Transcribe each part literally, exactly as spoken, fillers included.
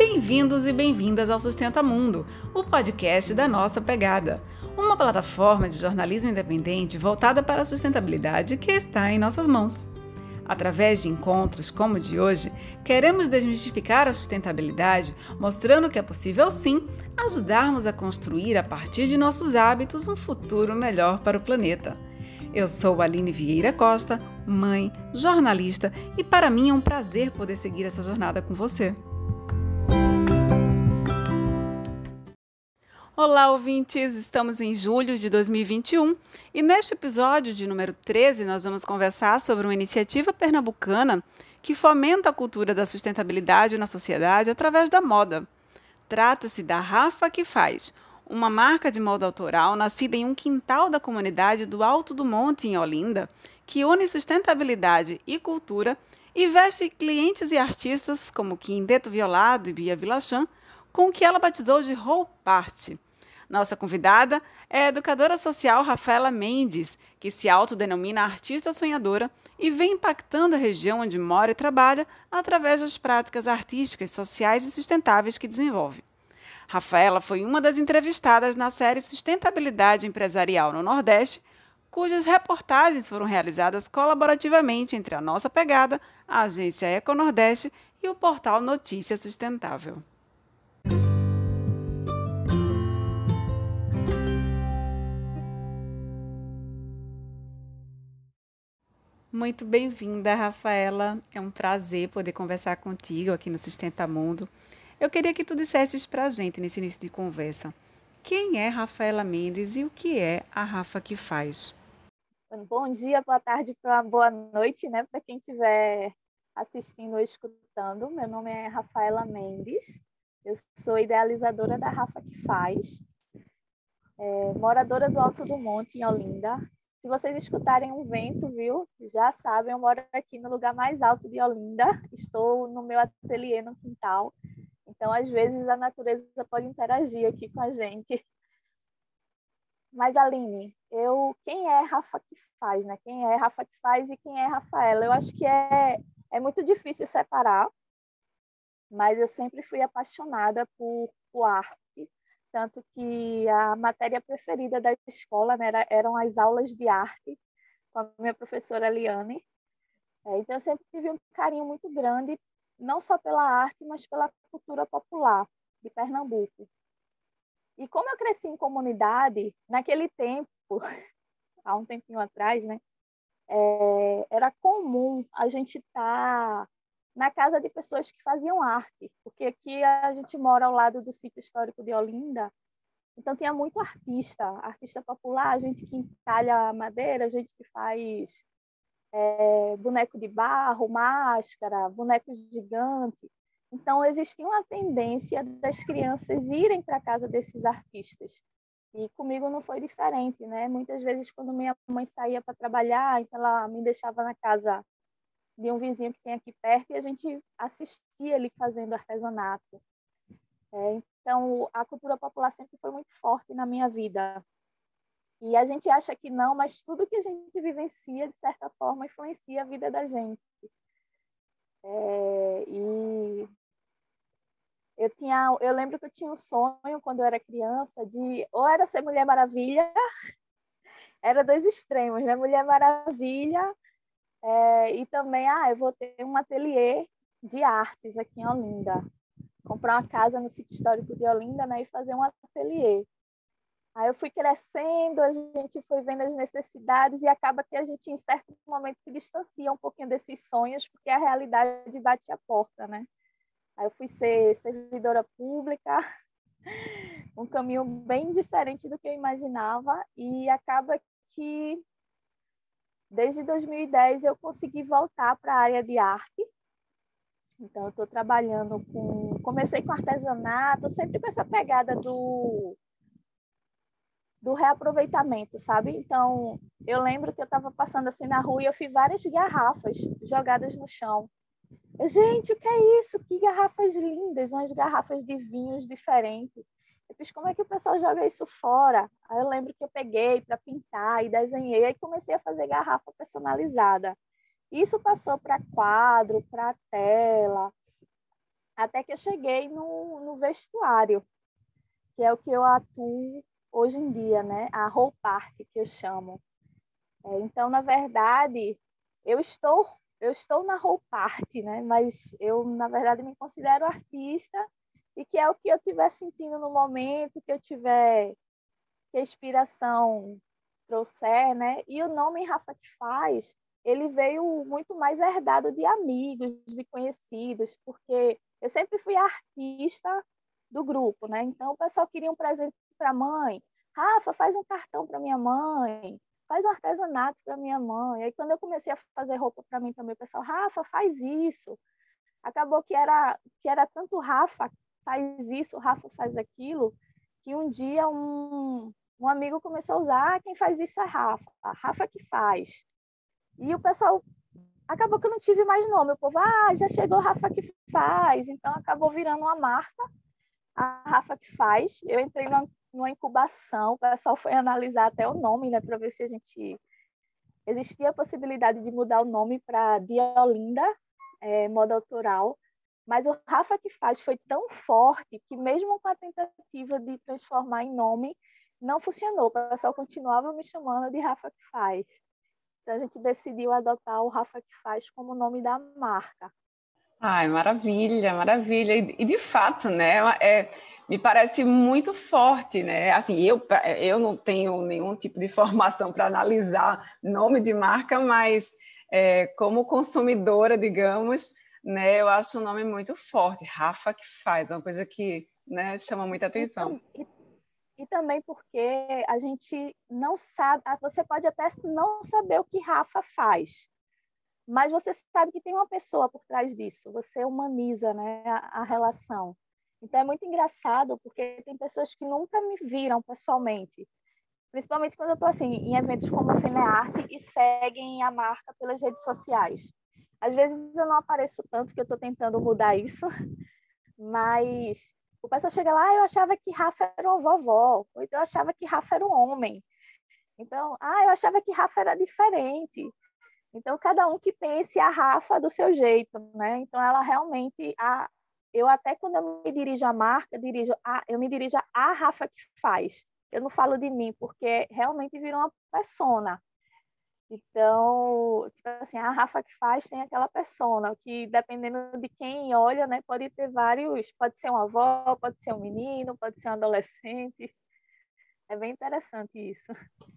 Bem-vindos e bem-vindas ao Sustenta Mundo, o podcast da Nossa Pegada, uma plataforma de jornalismo independente voltada para a sustentabilidade que está em nossas mãos. Através de encontros como o de hoje, queremos desmistificar a sustentabilidade, mostrando que é possível sim ajudarmos a construir a partir de nossos hábitos um futuro melhor para o planeta. Eu sou Aline Vieira Costa, mãe, jornalista, e para mim é um prazer poder seguir essa jornada com você. Olá, ouvintes! Estamos em julho de dois mil e vinte e um e neste episódio de número treze nós vamos conversar sobre uma iniciativa pernambucana que fomenta a cultura da sustentabilidade na sociedade através da moda. Trata-se da Rafa que Faz, uma marca de moda autoral nascida em um quintal da comunidade do Alto do Monte, em Olinda, que une sustentabilidade e cultura e veste clientes e artistas como Quinteto Violado e Bia Vilachan, com o que ela batizou de Rouparte. Nossa convidada é a educadora social Rafaela Mendes, que se autodenomina artista sonhadora e vem impactando a região onde mora e trabalha através das práticas artísticas, sociais e sustentáveis que desenvolve. Rafaela foi uma das entrevistadas na série Sustentabilidade Empresarial no Nordeste, cujas reportagens foram realizadas colaborativamente entre a Nossa Pegada, a agência Econordeste e o portal Notícia Sustentável. Muito bem-vinda, Rafaela. É um prazer poder conversar contigo aqui no Sustenta Mundo. Eu queria que tu dissesses para a gente, nesse início de conversa, quem é Rafaela Mendes e o que é a Rafa que Faz? Bom dia, boa tarde, boa noite, né, para quem estiver assistindo ou escutando. Meu nome é Rafaela Mendes, eu sou idealizadora da Rafa que Faz, é, moradora do Alto do Monte, em Olinda. Se vocês escutarem um vento, viu, já sabem, eu moro aqui no lugar mais alto de Olinda, estou no meu ateliê no quintal, então às vezes a natureza pode interagir aqui com a gente. Mas, Aline, eu, quem é Rafa que Faz, né? Quem é Rafa que Faz e quem é Rafaela? Eu acho que é, é muito difícil separar, mas eu sempre fui apaixonada por, por arte, tanto que a matéria preferida da escola, né, era, eram as aulas de arte, com a minha professora Eliane. É, então, eu sempre tive um carinho muito grande, não só pela arte, mas pela cultura popular de Pernambuco. E como eu cresci em comunidade, naquele tempo, há um tempinho atrás, né, é, era comum a gente estar na casa de pessoas que faziam arte, porque aqui a gente mora ao lado do sítio histórico de Olinda, então tinha muito artista, artista popular, gente que entalha madeira, gente que faz é, boneco de barro, máscara, bonecos gigantes. Então existia uma tendência das crianças irem para a casa desses artistas. E comigo não foi diferente, né? Muitas vezes, quando minha mãe saía para trabalhar, então ela me deixava na casa de um vizinho que tem aqui perto e a gente assistia ele fazendo artesanato. É, então, a cultura popular sempre foi muito forte na minha vida. E a gente acha que não, mas tudo que a gente vivencia, de certa forma, influencia a vida da gente. É, e eu tinha, eu lembro que eu tinha um sonho quando eu era criança de ou era ser Mulher Maravilha, era dois extremos, né? Mulher Maravilha é, e também, ah, eu vou ter um ateliê de artes aqui em Olinda, comprar uma casa no sítio histórico de Olinda, né, e fazer um ateliê. Aí eu fui crescendo, a gente foi vendo as necessidades e acaba que a gente, em certo momento, se distancia um pouquinho desses sonhos, porque a realidade bate a porta, né? Aí eu fui ser servidora pública, um caminho bem diferente do que eu imaginava, e acaba que, desde dois mil e dez, eu consegui voltar para a área de arte. Então, eu estou trabalhando com... Comecei com artesanato, sempre com essa pegada do, do reaproveitamento, sabe? Então, eu lembro que eu estava passando assim na rua e eu vi várias garrafas jogadas no chão. Eu, gente, o que é isso? Que garrafas lindas, umas garrafas de vinhos diferentes. Eu fiz, como é que o pessoal joga isso fora? Aí eu lembro que eu peguei para pintar e desenhei e comecei a fazer garrafa personalizada. Isso passou para quadro, para tela. Até que eu cheguei no, no vestuário, que é o que eu atuo hoje em dia, né? A roll party, que eu chamo. É, então, na verdade, eu estou eu estou na roll party, né? Mas eu, na verdade, me considero artista e que é o que eu estiver sentindo no momento, que eu tiver, que a inspiração trouxer, né? E o nome Rafa que faz, ele veio muito mais herdado de amigos, de conhecidos, porque eu sempre fui artista do grupo, né? Então o pessoal queria um presente para a mãe. Rafa, faz um cartão para minha mãe, faz um artesanato para minha mãe. Aí quando eu comecei a fazer roupa para mim também, o pessoal, Rafa, faz isso. Acabou que era que era tanto Rafa faz isso, Rafa faz aquilo, que um dia um, um amigo começou a usar, ah, quem faz isso é Rafa, a Rafa que faz. E o pessoal, acabou que eu não tive mais nome, o povo, ah, já chegou Rafa que faz, então acabou virando uma marca, a Rafa que faz. Eu entrei numa, numa incubação, o pessoal foi analisar até o nome, né, para ver se a gente existia a possibilidade de mudar o nome para Diolinda, é, moda autoral, mas o Rafa que faz foi tão forte que mesmo com a tentativa de transformar em nome, não funcionou. O pessoal continuava me chamando de Rafa que faz. Então a gente decidiu adotar o Rafa que faz como nome da marca. Ai, maravilha, maravilha. E, e de fato, né, é, me parece muito forte, né? Assim, eu, eu não tenho nenhum tipo de formação para analisar nome de marca, mas é, como consumidora, digamos, né, eu acho o nome muito forte. Rafa que faz, é uma coisa que, né, chama muita E, atenção. e, e também porque a gente não sabe, você pode até não saber o que Rafa faz, mas você sabe que tem uma pessoa por trás disso, você humaniza, né, a, a relação. Então é muito engraçado, porque tem pessoas que nunca me viram pessoalmente, principalmente quando eu estou assim, em eventos como a Fenearte e seguem a marca pelas redes sociais. Às vezes eu não apareço tanto, que eu estou tentando mudar isso, mas o pessoal chega lá, ah, eu achava que Rafa era uma vovó, ou então eu achava que Rafa era um homem. Então, ah, eu achava que Rafa era diferente. Então, cada um que pense a Rafa do seu jeito, né? Então, ela realmente, a, eu até quando eu me dirijo à marca, dirijo a, eu me dirijo a Rafa que faz. Eu não falo de mim, porque realmente virou uma persona. Então, tipo assim, a Rafa que faz tem aquela persona, que dependendo de quem olha, né, pode ter vários, pode ser uma avó, pode ser um menino, pode ser um adolescente. É bem interessante isso.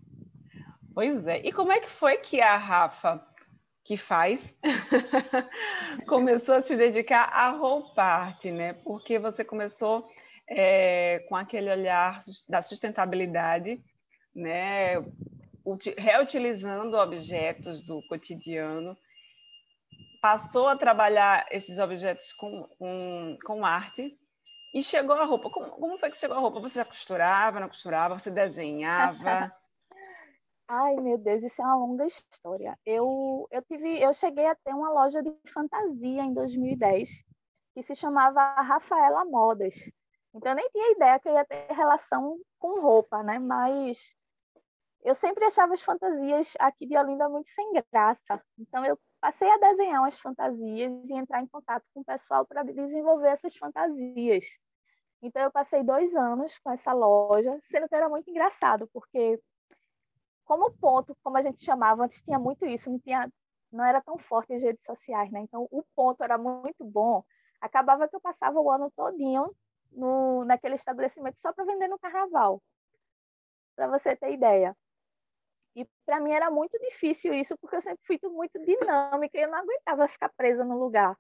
Pois é. E como é que foi que a Rafa que faz começou a se dedicar à roll party, né? Porque você começou é, com aquele olhar da sustentabilidade, né? Reutilizando objetos do cotidiano, passou a trabalhar esses objetos com, com, com arte e chegou a roupa. Como, como foi que chegou a roupa? Você costurava, não costurava? Você desenhava? Ai, meu Deus, isso é uma longa história. Eu, eu, tive, eu cheguei a ter uma loja de fantasia em dois mil e dez que se chamava Rafaela Modas. Então, eu nem tinha ideia que eu ia ter relação com roupa, né? Mas eu sempre achava as fantasias aqui de Olinda muito sem graça. Então, eu passei a desenhar umas fantasias e entrar em contato com o pessoal para desenvolver essas fantasias. Então, eu passei dois anos com essa loja, sendo que era muito engraçado, porque como ponto, como a gente chamava, antes tinha muito isso, não, tinha, não era tão forte as redes sociais, né? Então, o ponto era muito bom. Acabava que eu passava o ano todinho no, naquele estabelecimento só para vender no carnaval, para você ter ideia. E para mim era muito difícil isso, porque eu sempre fui muito dinâmica e eu não aguentava ficar presa no lugar.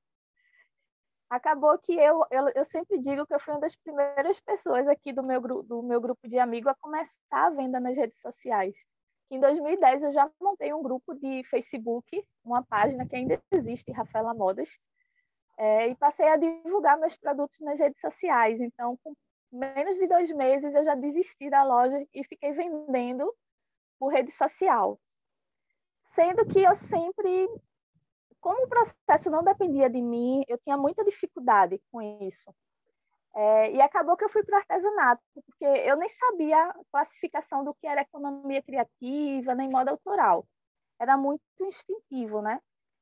Acabou que eu, eu, eu sempre digo que eu fui uma das primeiras pessoas aqui do meu, do meu grupo de amigos a começar a venda nas redes sociais. Em dois mil e dez eu já montei um grupo de Facebook, uma página que ainda existe, Rafaela Modas, é, e passei a divulgar meus produtos nas redes sociais. Então, com menos de dois meses, eu já desisti da loja e fiquei vendendo por rede social. Sendo que eu sempre, como o processo não dependia de mim, eu tinha muita dificuldade com isso. É, e acabou que eu fui para o artesanato, porque eu nem sabia a classificação do que era economia criativa, nem moda autoral. Era muito instintivo, né?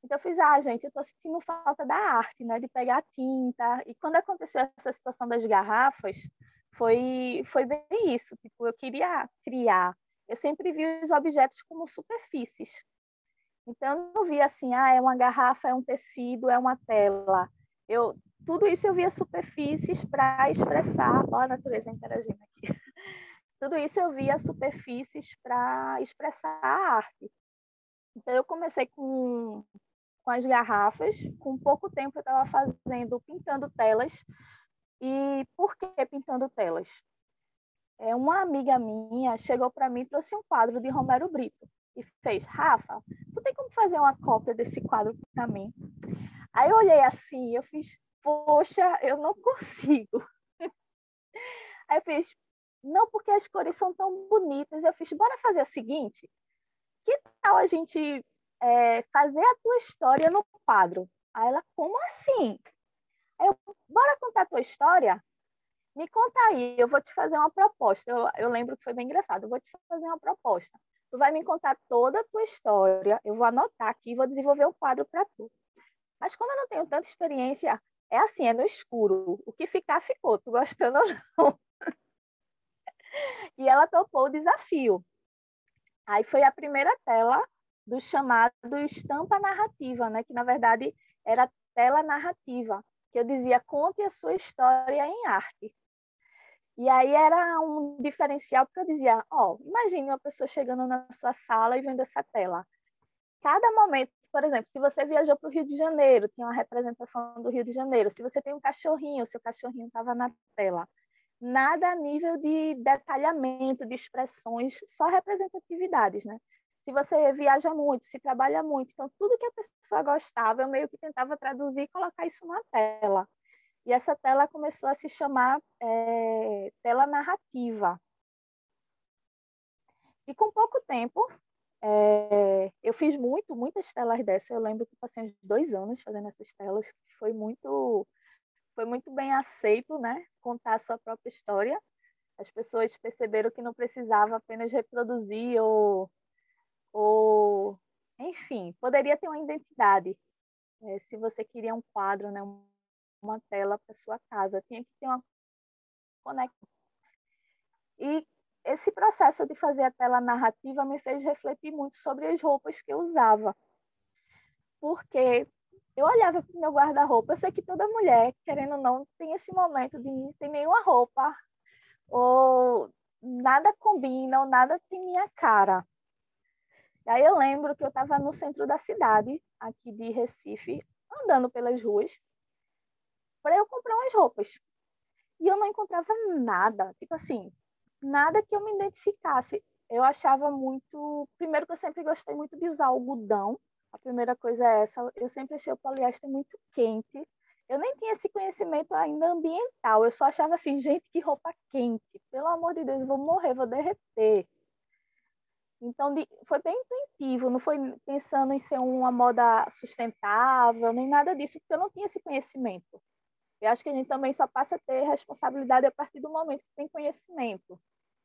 Então eu fiz, ah, gente, eu estou sentindo falta da arte, né, de pegar a tinta. E quando aconteceu essa situação das garrafas, foi, foi bem isso. Tipo, eu queria criar. Eu sempre vi os objetos como superfícies. Então eu não via assim, ah, é uma garrafa, é um tecido, é uma tela. Eu, tudo isso eu via superfícies para expressar. Olha a natureza interagindo aqui. Tudo isso eu via superfícies para expressar a arte. Então eu comecei com com as garrafas. Com pouco tempo eu estava fazendo, pintando telas. E por que pintando telas? É, uma amiga minha chegou para mim e trouxe um quadro de Romero Brito e fez, Rafa, tu tem como fazer uma cópia desse quadro para mim? Aí eu olhei assim, eu fiz, poxa, eu não consigo. Aí eu fiz, não, porque as cores são tão bonitas. Eu fiz, bora fazer o seguinte, que tal a gente é, fazer a tua história no quadro? Aí ela, como assim? Aí eu, bora contar a tua história? Me conta aí, eu vou te fazer uma proposta. Eu, eu lembro que foi bem engraçado. Eu vou te fazer uma proposta. Tu vai me contar toda a tua história, eu vou anotar aqui e vou desenvolver um quadro para tu. Mas como eu não tenho tanta experiência, é assim, é no escuro. O que ficar, ficou. Tu gostando ou não? E ela topou o desafio. Aí foi a primeira tela do chamado estampa narrativa, né? Que na verdade era tela narrativa, que eu dizia conte a sua história em arte. E aí era um diferencial, porque eu dizia, ó, oh, imagine uma pessoa chegando na sua sala e vendo essa tela. Cada momento, por exemplo, se você viajou para o Rio de Janeiro, tinha uma representação do Rio de Janeiro. Se você tem um cachorrinho, seu cachorrinho estava na tela. Nada a nível de detalhamento, de expressões, só representatividades, né? Se você viaja muito, se trabalha muito, então tudo que a pessoa gostava, eu meio que tentava traduzir e colocar isso na tela. E essa tela começou a se chamar é, tela narrativa. E com pouco tempo, é, eu fiz muito, muitas telas dessas. Eu lembro que passei uns dois anos fazendo essas telas, que foi muito, foi muito bem aceito, né? Contar a sua própria história. As pessoas perceberam que não precisava apenas reproduzir ou, ou enfim, poderia ter uma identidade. É, se você queria um quadro, né? Uma tela para sua casa, tinha que ter uma conexão. E esse processo de fazer a tela narrativa me fez refletir muito sobre as roupas que eu usava. Porque eu olhava para o meu guarda-roupa, eu sei que toda mulher, querendo ou não, tem esse momento de não ter nenhuma roupa, ou nada combina, ou nada tem minha cara. E aí eu lembro que eu estava no centro da cidade, aqui de Recife, andando pelas ruas, para eu comprar umas roupas. E eu não encontrava nada, tipo assim, nada que eu me identificasse. Eu achava muito. Primeiro, que eu sempre gostei muito de usar algodão. A primeira coisa é essa. Eu sempre achei o poliéster muito quente. Eu nem tinha esse conhecimento ainda ambiental. Eu só achava assim, gente, que roupa quente. Pelo amor de Deus, eu vou morrer, vou derreter. Então, de, foi bem intuitivo. Não foi pensando em ser uma moda sustentável, nem nada disso, porque eu não tinha esse conhecimento. Eu acho que a gente também só passa a ter responsabilidade a partir do momento que tem conhecimento.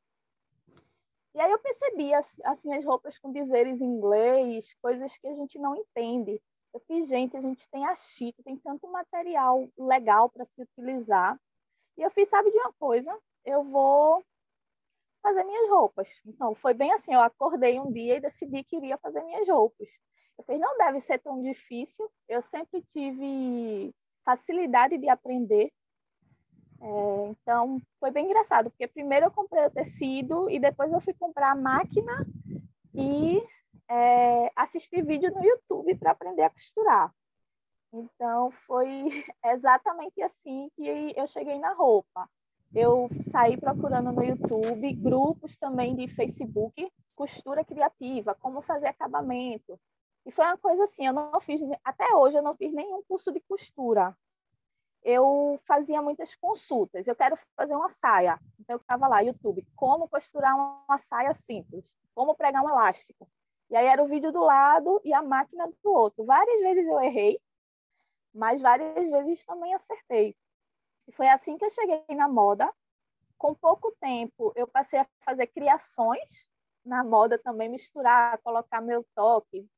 E aí eu percebi assim, as roupas com dizeres em inglês, coisas que a gente não entende. Eu fiz, gente, a gente tem a chita, tem tanto material legal para se utilizar. E eu fiz, sabe de uma coisa? Eu vou fazer minhas roupas. Então, foi bem assim, eu acordei um dia e decidi que iria fazer minhas roupas. Eu fiz, não deve ser tão difícil. Eu sempre tive facilidade de aprender. É, então, foi bem engraçado, porque primeiro eu comprei o tecido e depois eu fui comprar a máquina e é, assistir vídeo no YouTube para aprender a costurar. Então, foi exatamente assim que eu cheguei na roupa. Eu saí procurando no YouTube, grupos também de Facebook, costura criativa, como fazer acabamento. E foi uma coisa assim, eu não fiz, até hoje eu não fiz nenhum curso de costura. Eu fazia muitas consultas. Eu quero fazer uma saia. Então, eu ficava lá, YouTube, como costurar uma saia simples, como pregar um elástico. E aí era o vídeo do lado e a máquina do outro. Várias vezes eu errei, mas várias vezes também acertei. E foi assim que eu cheguei na moda. Com pouco tempo, eu passei a fazer criações na moda também, misturar, colocar meu toque,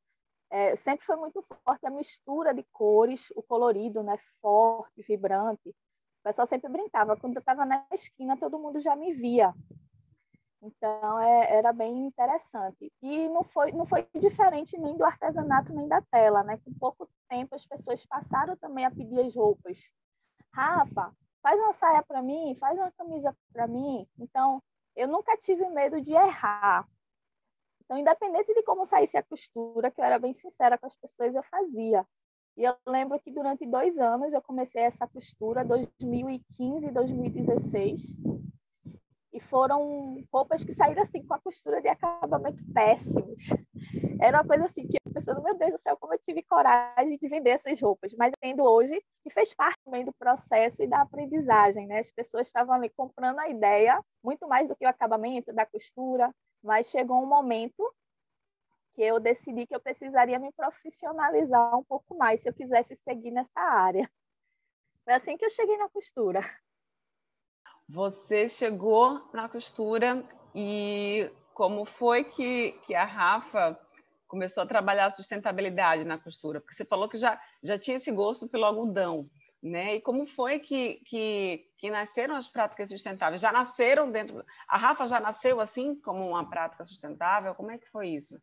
É, sempre foi muito forte a mistura de cores, o colorido, né, forte, vibrante. O pessoal sempre brincava. Quando eu estava na esquina, todo mundo já me via. Então, é, era bem interessante. E não foi, não foi diferente nem do artesanato, nem da tela, né? Com pouco tempo, as pessoas passaram também a pedir as roupas. Rafa, faz uma saia para mim, faz uma camisa para mim. Então, eu nunca tive medo de errar. Então, independente de como saísse a costura, que eu era bem sincera com as pessoas, eu fazia. E eu lembro que durante dois anos eu comecei essa costura, dois mil e quinze e dois mil e dezesseis. E foram roupas que saíram assim com a costura de acabamento péssimos. Era uma coisa assim que eu pensando, meu Deus do céu, como eu tive coragem de vender essas roupas. Mas entendo hoje que fez parte também do processo e da aprendizagem, né? As pessoas estavam ali comprando a ideia, muito mais do que o acabamento, da costura, mas chegou um momento que eu decidi que eu precisaria me profissionalizar um pouco mais se eu quisesse seguir nessa área. Foi assim que eu cheguei na costura. Você chegou na costura e como foi que, que a Rafa começou a trabalhar a sustentabilidade na costura? Porque você falou que já, já tinha esse gosto pelo algodão, né? E como foi que, que, que nasceram as práticas sustentáveis? Já nasceram dentro... A Rafa já nasceu assim, como uma prática sustentável? Como é que foi isso?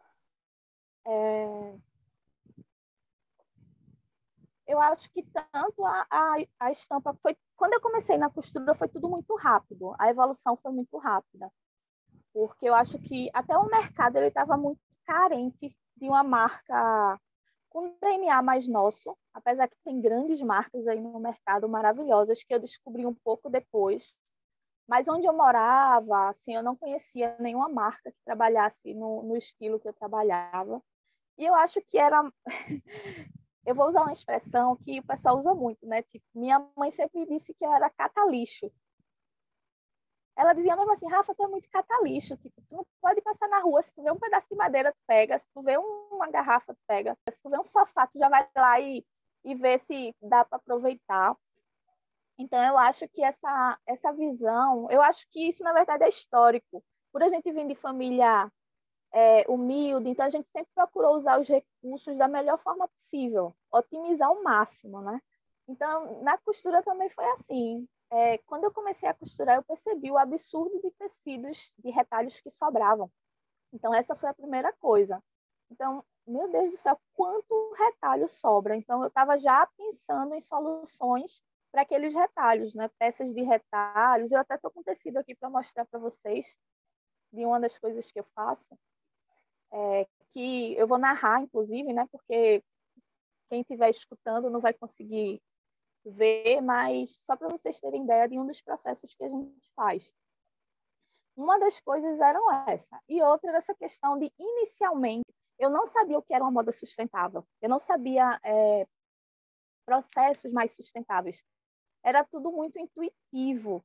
É... Eu acho que tanto a, a, a estampa foi... Quando eu comecei na costura, foi tudo muito rápido. A evolução foi muito rápida. Porque eu acho que até o mercado ele estava muito carente de uma marca com D N A mais nosso, apesar que tem grandes marcas aí no mercado maravilhosas que eu descobri um pouco depois. Mas onde eu morava, assim, eu não conhecia nenhuma marca que trabalhasse no, no estilo que eu trabalhava. E eu acho que era... Eu vou usar uma expressão que o pessoal usa muito, né? Tipo, minha mãe sempre disse que eu era cata-lixo. Ela dizia mesmo assim, Rafa, tu é muito cata-lixo. Tipo, tu não pode passar na rua, se tu vê um pedaço de madeira, tu pega. Se tu vê uma garrafa, tu pega. Se tu vê um sofá, tu já vai lá e, e vê se dá para aproveitar. Então, eu acho que essa, essa visão, eu acho que isso, na verdade, é histórico. Por a gente vir de família é, humilde, então a gente sempre procurou usar os recursos da melhor forma possível, otimizar ao máximo, né? Então, na costura também foi assim. É, quando eu comecei a costurar, eu percebi o absurdo de tecidos, de retalhos que sobravam. Então, essa foi a primeira coisa. Então, meu Deus do céu, quanto retalho sobra. Então, eu estava já pensando em soluções para aqueles retalhos, né? Peças de retalhos. Eu até estou com tecido aqui para mostrar para vocês de uma das coisas que eu faço, é, que eu vou narrar, inclusive, né? Porque quem estiver escutando não vai conseguir ver, mas só para vocês terem ideia de um dos processos que a gente faz. Uma das coisas era essa. E outra era essa questão de, inicialmente, eu não sabia o que era uma moda sustentável. Eu não sabia é, processos mais sustentáveis. Era tudo muito intuitivo.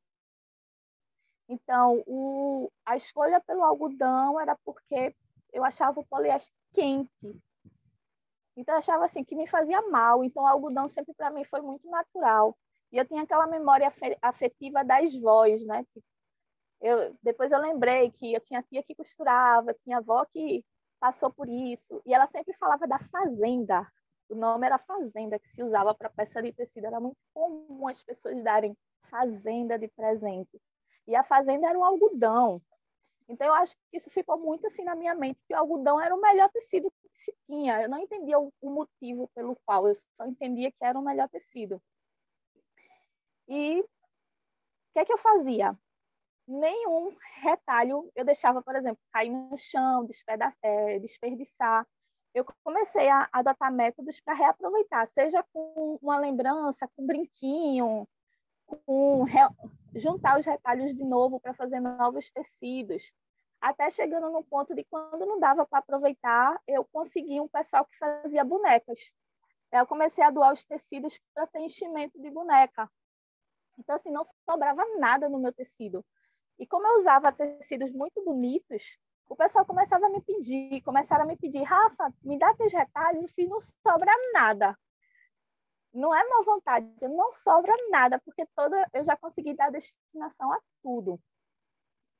Então, o, a escolha pelo algodão era porque eu achava o poliéster quente. Então, eu achava assim que me fazia mal. Então, o algodão sempre para mim foi muito natural. E eu tinha aquela memória afetiva das vós, né? Eu, depois eu lembrei que eu tinha tia que costurava, tinha avó que passou por isso. E ela sempre falava da fazenda. O nome era fazenda, que se usava para peça de tecido. Era muito comum as pessoas darem fazenda de presente. E a fazenda era o algodão. Então, eu acho que isso ficou muito assim na minha mente, que o algodão era o melhor tecido que se tinha. Eu não entendia o, o motivo pelo qual, eu só entendia que era o melhor tecido. E o que é que eu fazia? Nenhum retalho eu deixava, por exemplo, cair no chão, desperdiçar. Eu comecei a adotar métodos para reaproveitar, seja com uma lembrança, com um brinquinho, com re... juntar os retalhos de novo para fazer novos tecidos, até chegando no ponto de quando não dava para aproveitar, eu consegui um pessoal que fazia bonecas. Eu comecei a doar os tecidos para ser enchimento de boneca. Então, assim, não sobrava nada no meu tecido. E como eu usava tecidos muito bonitos, o pessoal começava a me pedir, começaram a me pedir, Rafa, me dá teus retalhos, eu fiz, não sobra nada. Não é má vontade, não sobra nada, porque toda, eu já consegui dar destinação a tudo.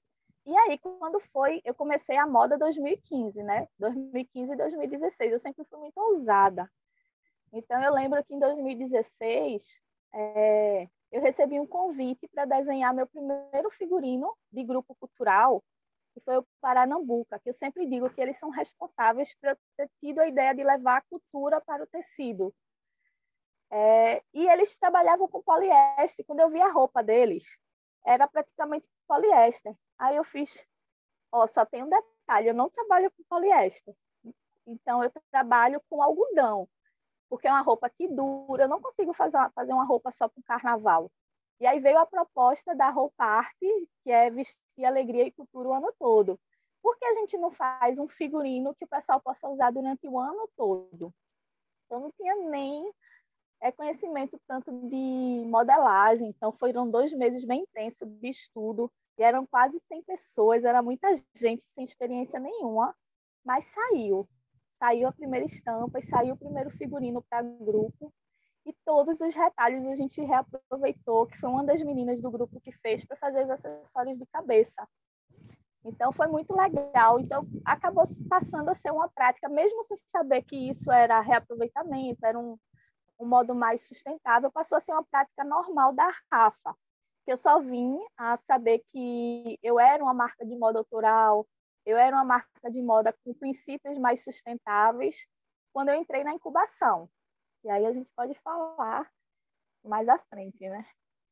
E aí, quando foi, eu comecei a moda dois mil e quinze, né? dois mil e quinze e dois mil e dezesseis. Eu sempre fui muito ousada. Então, eu lembro que em dois mil e dezesseis, é, eu recebi um convite para desenhar meu primeiro figurino de grupo cultural, que foi o Paranambuca, que eu sempre digo que eles são responsáveis por eu ter tido a ideia de levar a cultura para o tecido. É, e eles trabalhavam com poliéster. Quando eu vi a roupa deles, era praticamente poliéster. Aí eu fiz, ó, só tem um detalhe, eu não trabalho com poliéster. Então, eu trabalho com algodão, porque é uma roupa que dura, eu não consigo fazer uma, fazer uma roupa só para o carnaval. E aí veio a proposta da roupa arte, que é vestir alegria e cultura o ano todo. Por que a gente não faz um figurino que o pessoal possa usar durante o ano todo? Eu não tinha nem é, conhecimento tanto de modelagem, então foram dois meses bem intensos de estudo, e eram quase cem pessoas, era muita gente sem experiência nenhuma, mas saiu. Saiu a primeira estampa e saiu o primeiro figurino para grupo, e todos os retalhos a gente reaproveitou, que foi uma das meninas do grupo que fez para fazer os acessórios de cabeça. Então, foi muito legal. Então, acabou passando a ser uma prática, mesmo sem saber que isso era reaproveitamento, era um, um modo mais sustentável, passou a ser uma prática normal da Rafa. Eu só vim a saber que eu era uma marca de moda autoral, eu era uma marca de moda com princípios mais sustentáveis, quando eu entrei na incubação. E aí a gente pode falar mais à frente, né?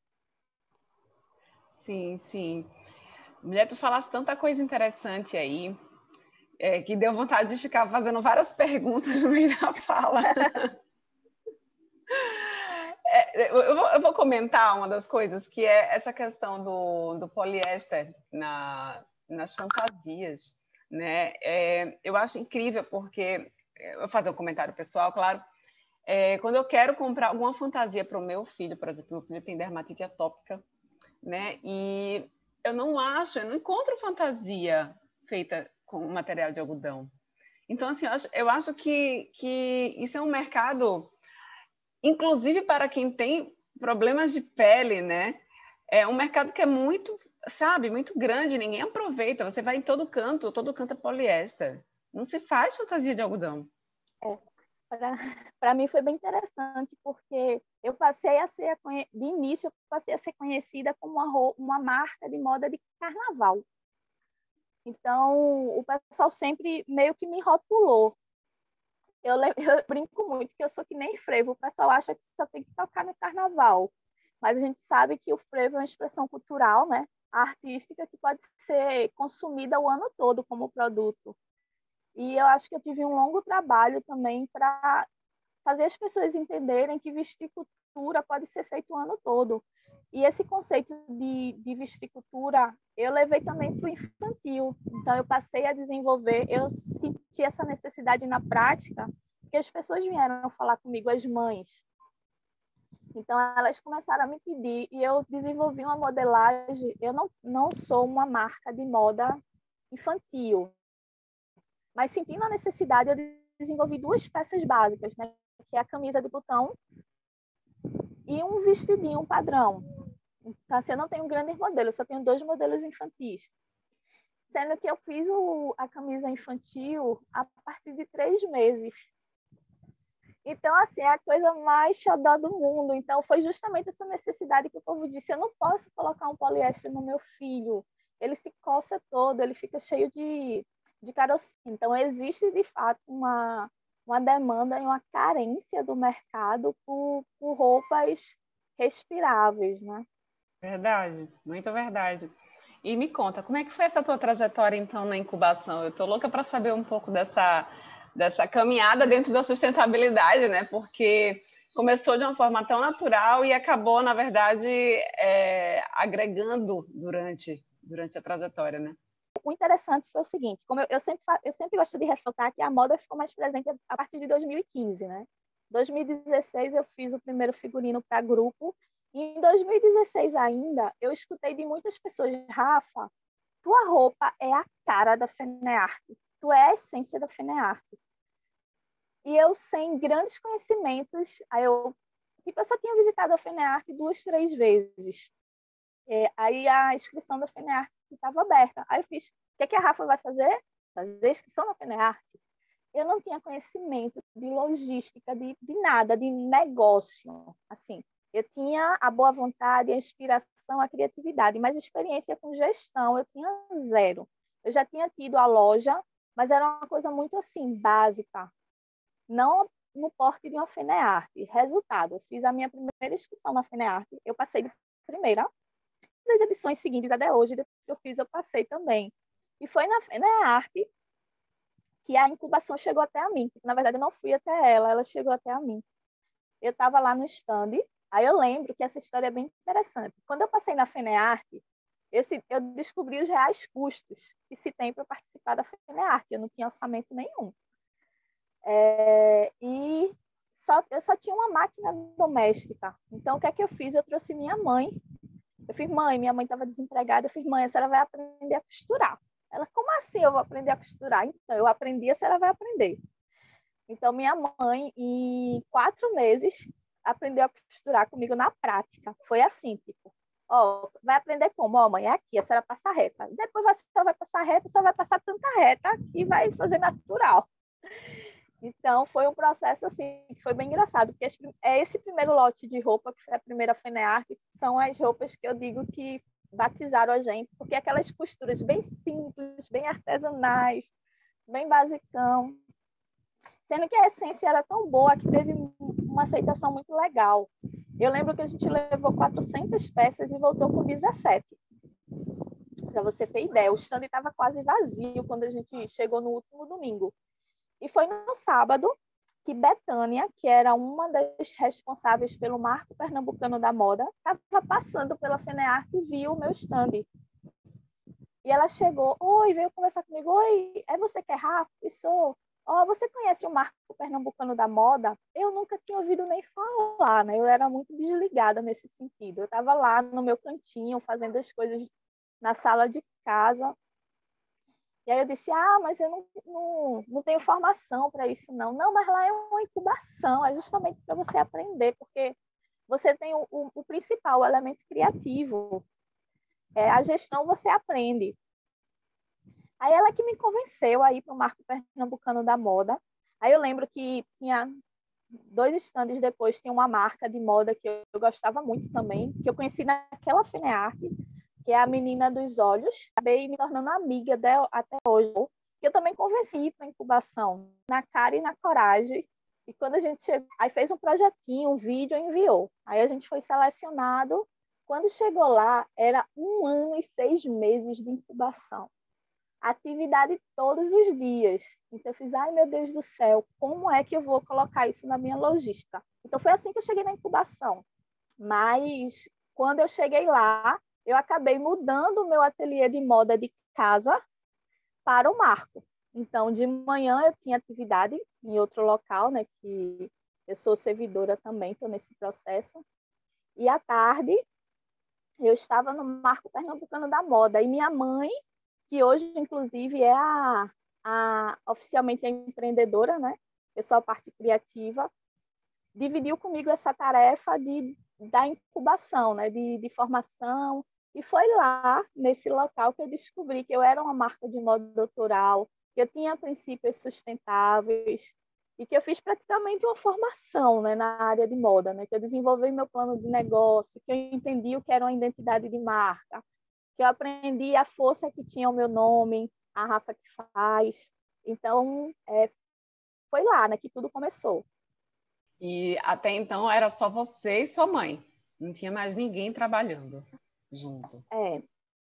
Sim, sim. Mulher, tu falaste tanta coisa interessante aí, é, que deu vontade de ficar fazendo várias perguntas no meio da fala. É, eu, vou, eu vou comentar uma das coisas, que é essa questão do, do poliéster na, nas fantasias, né? É, eu acho incrível, porque eu vou fazer um comentário pessoal, claro. É, quando eu quero comprar alguma fantasia para o meu filho, por exemplo, meu filho tem dermatite atópica, né? E eu não acho, eu não encontro fantasia feita com material de algodão. Então, assim, eu acho, eu acho que, que isso é um mercado, inclusive para quem tem problemas de pele, né? É um mercado que é muito, sabe, muito grande, ninguém aproveita. Você vai em todo canto, todo canto é poliéster. Não se faz fantasia de algodão. É, para mim foi bem interessante, porque eu passei a ser, de início, eu passei a ser conhecida como uma, uma marca de moda de carnaval. Então, o pessoal sempre meio que me rotulou. Eu, eu brinco muito que eu sou que nem frevo. O pessoal acha que só tem que tocar no carnaval. Mas a gente sabe que o frevo é uma expressão cultural, né? Artística, que pode ser consumida o ano todo como produto. E eu acho que eu tive um longo trabalho também para fazer as pessoas entenderem que vestir cultura pode ser feito o ano todo. E esse conceito de, de vestir cultura eu levei também para o infantil. Então, eu passei a desenvolver, eu senti essa necessidade na prática, porque as pessoas vieram falar comigo, as mães. Então, elas começaram a me pedir e eu desenvolvi uma modelagem. Eu não, não sou uma marca de moda infantil, mas sentindo a necessidade, eu desenvolvi duas peças básicas, né? Que é a camisa de botão e um vestidinho padrão. Então, assim, eu não tenho grandes modelos, só tenho dois modelos infantis. Sendo que eu fiz o, a camisa infantil a partir de três meses. Então, assim, é a coisa mais xodó do mundo. Então, foi justamente essa necessidade que o povo disse, eu não posso colocar um poliéster no meu filho. Ele se coça todo, ele fica cheio de, de carocinho. Então, existe, de fato, uma, uma demanda e uma carência do mercado por, por roupas respiráveis, né? Verdade, muito verdade. E me conta, como é que foi essa tua trajetória, então, na incubação? Eu tô louca para saber um pouco dessa, dessa caminhada dentro da sustentabilidade, né? Porque começou de uma forma tão natural e acabou, na verdade, é, agregando durante, durante a trajetória, né? O interessante foi o seguinte, como eu, eu, sempre, eu sempre gosto de ressaltar que a moda ficou mais presente a partir de dois mil e quinze, né? Em dois mil e dezesseis eu fiz o primeiro figurino para grupo, e em dois mil e dezesseis ainda eu escutei de muitas pessoas, Rafa, tua roupa é a cara da Fenearte, tu é a essência da Fenearte. E eu, sem grandes conhecimentos, aí eu, tipo, eu só tinha visitado a Fenearte duas, três vezes. É, aí a inscrição da Fenearte estava aberta. Aí eu fiz, o que, é que a Rafa vai fazer? Fazer inscrição na FENEARTE. Eu não tinha conhecimento de logística, de, de nada, de negócio, assim. Eu tinha a boa vontade, a inspiração, a criatividade, mas experiência com gestão eu tinha zero. Eu já tinha tido a loja, mas era uma coisa muito assim, básica. Não no porte de uma FENEARTE. Resultado, eu fiz a minha primeira inscrição na FENEARTE, eu passei de primeira. As edições seguintes até hoje, depois que eu fiz, eu passei também. E foi na FENEARTE que a incubação chegou até a mim. Na verdade, eu não fui até ela, ela chegou até a mim. Eu estava lá no stand, aí eu lembro que essa história é bem interessante. Quando eu passei na FENEARTE, eu, eu descobri os reais custos que se tem para participar da FENEARTE. Eu não tinha orçamento nenhum. É, e só, eu só tinha uma máquina doméstica. Então, o que é que eu fiz? Eu trouxe minha mãe. Eu fiz, mãe, minha mãe estava desempregada. Eu fiz, mãe, a senhora vai aprender a costurar. Ela, como assim eu vou aprender a costurar? Então, eu aprendi, a senhora vai aprender. Então, minha mãe, em quatro meses, aprendeu a costurar comigo na prática. Foi assim, tipo, ó, vai aprender como? Ó, mãe, é aqui, a senhora passa reta. Depois você vai passar reta, você vai passar tanta reta que vai fazer natural. Então, foi um processo, assim, que foi bem engraçado, porque é esse primeiro lote de roupa, que foi a primeira FENEARTE, são as roupas que eu digo que batizaram a gente, porque aquelas costuras bem simples, bem artesanais, bem basicão, sendo que a essência era tão boa que teve uma aceitação muito legal. Eu lembro que a gente levou quatrocentas peças e voltou com dezessete. Para você ter ideia, o stand estava quase vazio quando a gente chegou no último domingo. E foi no sábado que Betânia, que era uma das responsáveis pelo Marco Pernambucano da Moda, estava passando pela FENEARTE e viu o meu stand. E ela chegou, oi, veio conversar comigo, oi, é você que é Rafa? Eu sou. Oh, você conhece o Marco Pernambucano da Moda? Eu nunca tinha ouvido nem falar, né? Eu era muito desligada nesse sentido. Eu estava lá no meu cantinho, fazendo as coisas na sala de casa. E aí eu disse, ah, mas eu não, não, não tenho formação para isso, não. Não, mas lá é uma incubação, é justamente para você aprender, porque você tem o, o, o principal, o elemento criativo. É, a gestão você aprende. Aí ela que me convenceu a ir para o Marco Pernambucano da Moda. Aí eu lembro que tinha dois estandes depois, tinha uma marca de moda que eu, eu gostava muito também, que eu conheci naquela FENEARTE, que é a Menina dos Olhos. Acabei me tornando amiga dela até hoje. Eu também convenci para a incubação, na cara e na coragem. E quando a gente chegou, aí fez um projetinho, um vídeo e enviou. Aí a gente foi selecionado. Quando chegou lá, era um ano e seis meses de incubação. Atividade todos os dias. Então eu fiz, ai meu Deus do céu, como é que eu vou colocar isso na minha logística? Então foi assim que eu cheguei na incubação. Mas quando eu cheguei lá, eu acabei mudando o meu ateliê de moda de casa para o Marco. Então, de manhã eu tinha atividade em outro local, né, que eu sou servidora também, estou nesse processo. E à tarde eu estava no Marco Pernambucano da Moda. E minha mãe, que hoje, inclusive, é a, a oficialmente a empreendedora, né? Eu sou a parte criativa, dividiu comigo essa tarefa de, da incubação, né? de, de formação, e foi lá, nesse local, que eu descobri que eu era uma marca de moda autoral, que eu tinha princípios sustentáveis, e que eu fiz praticamente uma formação, né, na área de moda, né? Que eu desenvolvi meu plano de negócio, que eu entendi o que era uma identidade de marca, que eu aprendi a força que tinha o meu nome, a Rafa que faz. Então, é, foi lá, né, que tudo começou. E até então era só você e sua mãe, não tinha mais ninguém trabalhando junto. É,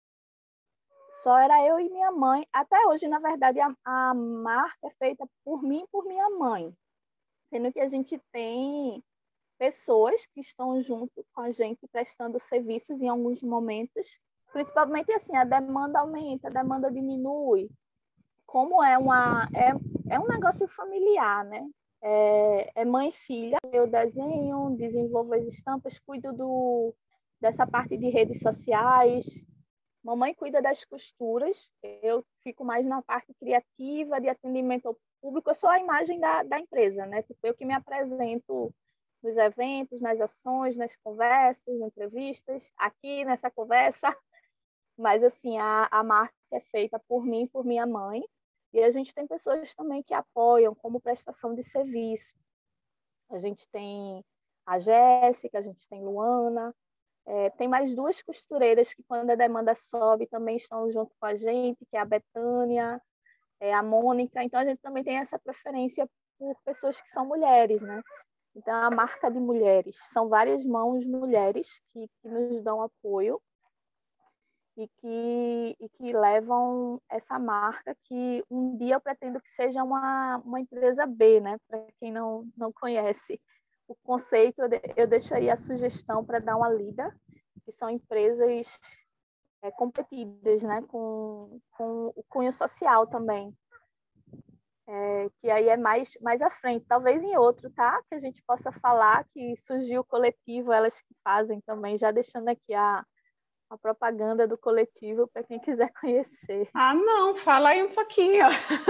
só era eu e minha mãe. Até hoje, na verdade, a, a marca é feita por mim e por minha mãe, sendo que a gente tem pessoas que estão junto com a gente prestando serviços em alguns momentos, principalmente assim, a demanda aumenta, a demanda diminui. Como é uma é, é um negócio familiar, né? É, é mãe e filha. Eu desenho, desenvolvo as estampas, cuido do, dessa parte de redes sociais. Mamãe cuida das costuras, eu fico mais na parte criativa, de atendimento ao público. Eu sou a imagem da, da empresa, né? Tipo, eu que me apresento nos eventos, nas ações, nas conversas, entrevistas, aqui nessa conversa. Mas, assim, a, a marca é feita por mim, por minha mãe, e a gente tem pessoas também que apoiam como prestação de serviço. A gente tem a Jéssica, a gente tem Luana, é, tem mais duas costureiras que, quando a demanda sobe, também estão junto com a gente, que é a Betânia, é, a Mônica. Então, a gente também tem essa preferência por pessoas que são mulheres, né? Então, a marca de mulheres. São várias mãos mulheres que, que nos dão apoio e que, e que levam essa marca, que um dia eu pretendo que seja uma, uma empresa B, né? Para quem não, não conhece o conceito, eu, de, eu deixo aí a sugestão para dar uma lida, que são empresas é, competidas, né? com, com o cunho social também. É, que aí é mais, mais à frente, talvez em outro, tá? Que a gente possa falar que surgiu o coletivo, elas que fazem também, já deixando aqui a, a propaganda do coletivo para quem quiser conhecer. Ah, não, fala aí um pouquinho.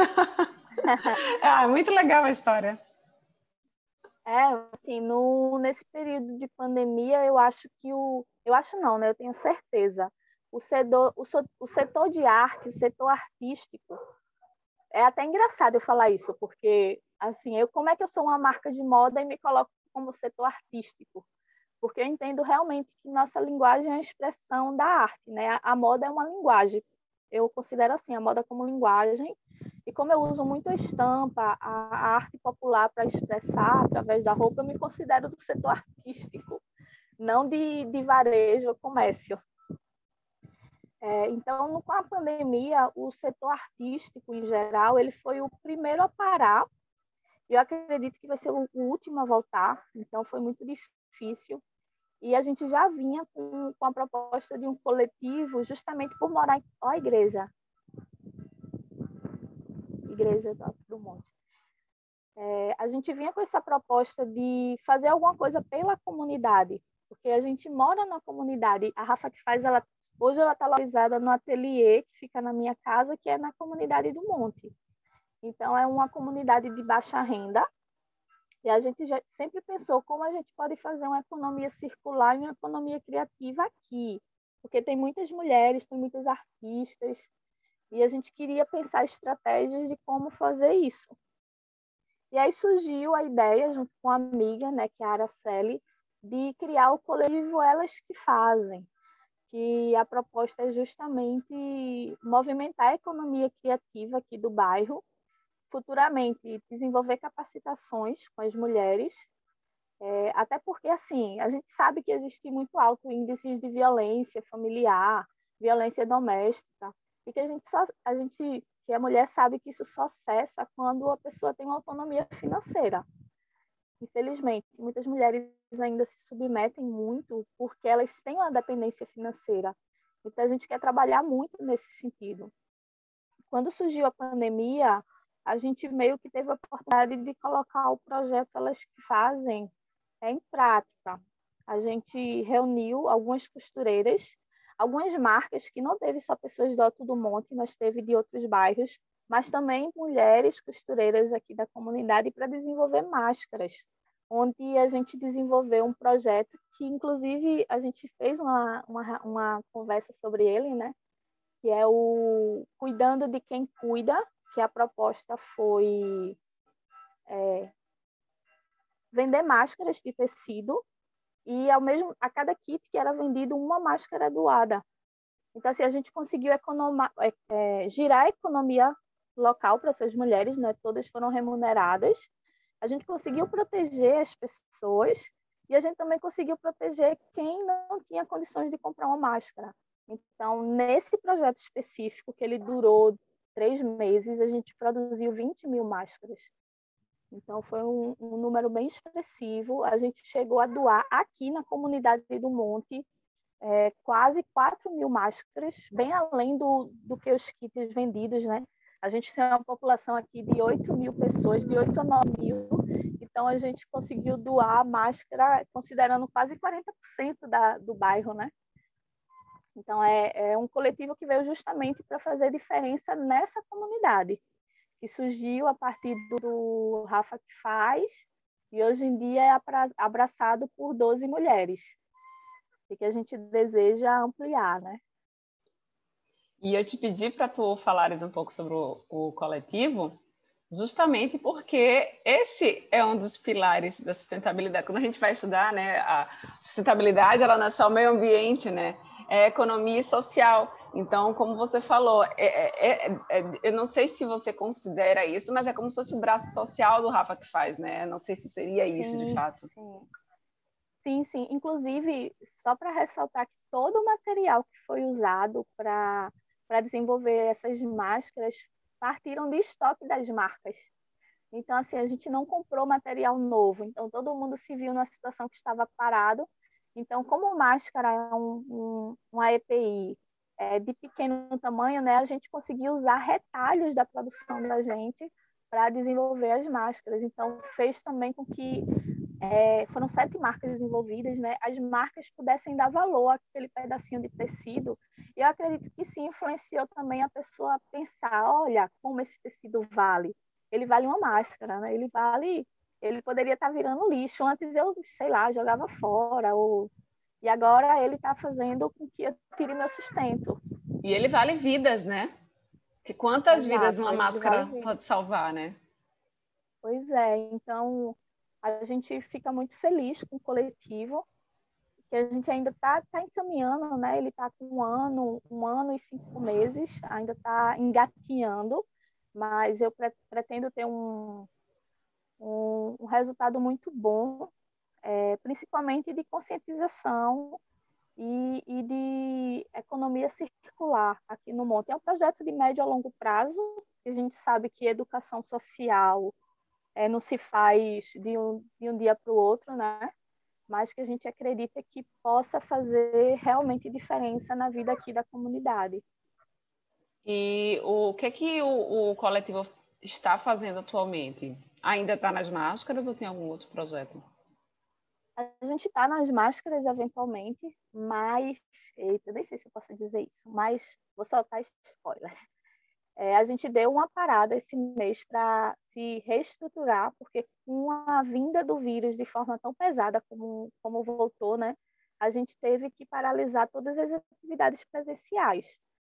Ah, muito legal a história. É, assim, no, nesse período de pandemia, eu acho que o... Eu acho não, né? Eu tenho certeza. O setor, o, o setor de arte, o setor artístico, é até engraçado eu falar isso, porque, assim, eu, como é que eu sou uma marca de moda e me coloco como setor artístico? Porque eu entendo realmente que nossa linguagem é a expressão da arte, né? A, a moda é uma linguagem. Eu considero assim, a moda como linguagem. E como eu uso muito a estampa, a, a arte popular para expressar através da roupa, eu me considero do setor artístico, não de, de varejo ou comércio. É, então, com a pandemia, o setor artístico, em geral, ele foi o primeiro a parar. E eu acredito que vai ser o, o último a voltar. Então, foi muito difícil. E a gente já vinha com, com a proposta de um coletivo, justamente por morar em... Ó, a igreja. Igreja do Alto do Monte. É, a gente vinha com essa proposta de fazer alguma coisa pela comunidade, porque a gente mora na comunidade. A Rafa que faz, ela, hoje ela está localizada no ateliê que fica na minha casa, que é na comunidade do Monte. Então, é uma comunidade de baixa renda, e a gente já sempre pensou como a gente pode fazer uma economia circular e uma economia criativa aqui, porque tem muitas mulheres, tem muitas artistas, e a gente queria pensar estratégias de como fazer isso. E aí surgiu a ideia, junto com a amiga, né, que é a Araceli, de criar o coletivo Elas que Fazem, que a proposta é justamente movimentar a economia criativa aqui do bairro, futuramente desenvolver capacitações com as mulheres, é, até porque, assim, a gente sabe que existe muito alto índice de violência familiar, violência doméstica, e que a gente só, a gente, que a mulher sabe que isso só cessa quando a pessoa tem uma autonomia financeira. Infelizmente, muitas mulheres ainda se submetem muito porque elas têm uma dependência financeira. Então, a gente quer trabalhar muito nesse sentido. Quando surgiu a pandemia, a gente meio que teve a oportunidade de colocar o projeto Elas que Fazem é, em prática. A gente reuniu algumas costureiras, algumas marcas, que não teve só pessoas do Alto do Monte, mas teve de outros bairros, mas também mulheres costureiras aqui da comunidade para desenvolver máscaras, onde a gente desenvolveu um projeto que, inclusive, a gente fez uma, uma, uma conversa sobre ele, né? Que é o Cuidando de Quem Cuida, que a proposta foi é, vender máscaras de tecido e ao mesmo a cada kit que era vendido uma máscara doada. Então, assim, a gente conseguiu economar, é, é, girar a economia local para essas mulheres, né? Todas foram remuneradas. A gente conseguiu proteger as pessoas e a gente também conseguiu proteger quem não tinha condições de comprar uma máscara. Então, nesse projeto específico, que ele durou três meses, a gente produziu vinte mil máscaras. Então, foi um, um número bem expressivo. A gente chegou a doar aqui na comunidade do Monte é, quase quatro mil máscaras, bem além do, do que os kits vendidos, né? A gente tem uma população aqui de oito mil pessoas, de oito a nove mil. Então, a gente conseguiu doar máscara, considerando quase quarenta por cento da, do bairro, né? Então, é, é um coletivo que veio justamente para fazer diferença nessa comunidade, que surgiu a partir do Rafa que Faz, e hoje em dia é abraçado por doze mulheres, e que a gente deseja ampliar, né? E eu te pedi para tu falares um pouco sobre o, o coletivo, justamente porque esse é um dos pilares da sustentabilidade. Quando a gente vai estudar, né, a sustentabilidade, ela não é só o meio ambiente, né? É economia e social. Então, como você falou, é, é, é, é, eu não sei se você considera isso, mas é como se fosse o braço social do Rafa que faz, né? Não sei se seria isso, de Sim, fato. sim. Sim, sim. Inclusive, só para ressaltar que todo o material que foi usado para para desenvolver essas máscaras partiram de estoque das marcas. Então, assim, a gente não comprou material novo. Então, todo mundo se viu numa situação que estava parado. Então, como máscara é um, um, uma E P I é, de pequeno tamanho, né, a gente conseguiu usar retalhos da produção da gente para desenvolver as máscaras. Então, fez também com que é, foram sete marcas envolvidas, né? As marcas pudessem dar valor àquele pedacinho de tecido. E eu acredito que sim, influenciou também a pessoa a pensar, olha, como esse tecido vale. Ele vale uma máscara, né? Ele vale, ele poderia estar virando lixo. Antes eu, sei lá, jogava fora, ou... e agora ele está fazendo com que eu tire meu sustento. E ele vale vidas, né? Que quantas vidas Exato, uma ele vale máscara vidas. pode salvar, né? Pois é, então a gente fica muito feliz com o coletivo, que a gente ainda está tá encaminhando, né? Ele está com um ano, um ano e cinco meses, ainda está engatinhando, mas eu pre pretendo ter um, um, um resultado muito bom, é, principalmente de conscientização e, e de economia circular aqui no Monte. É um projeto de médio a longo prazo, que a gente sabe que educação social é, não se faz de um, de um dia para o outro, né? Mas que a gente acredita que possa fazer realmente diferença na vida aqui da comunidade. E o que é que o, o coletivo está fazendo atualmente? Ainda está nas máscaras ou tem algum outro projeto? A gente está nas máscaras eventualmente, mas. Eita, nem sei se eu posso dizer isso, mas vou soltar spoiler. É, a gente deu uma parada esse mês para se reestruturar, porque com a vinda do vírus de forma tão pesada como, como voltou, né, a gente teve que paralisar todas as atividades presenciais,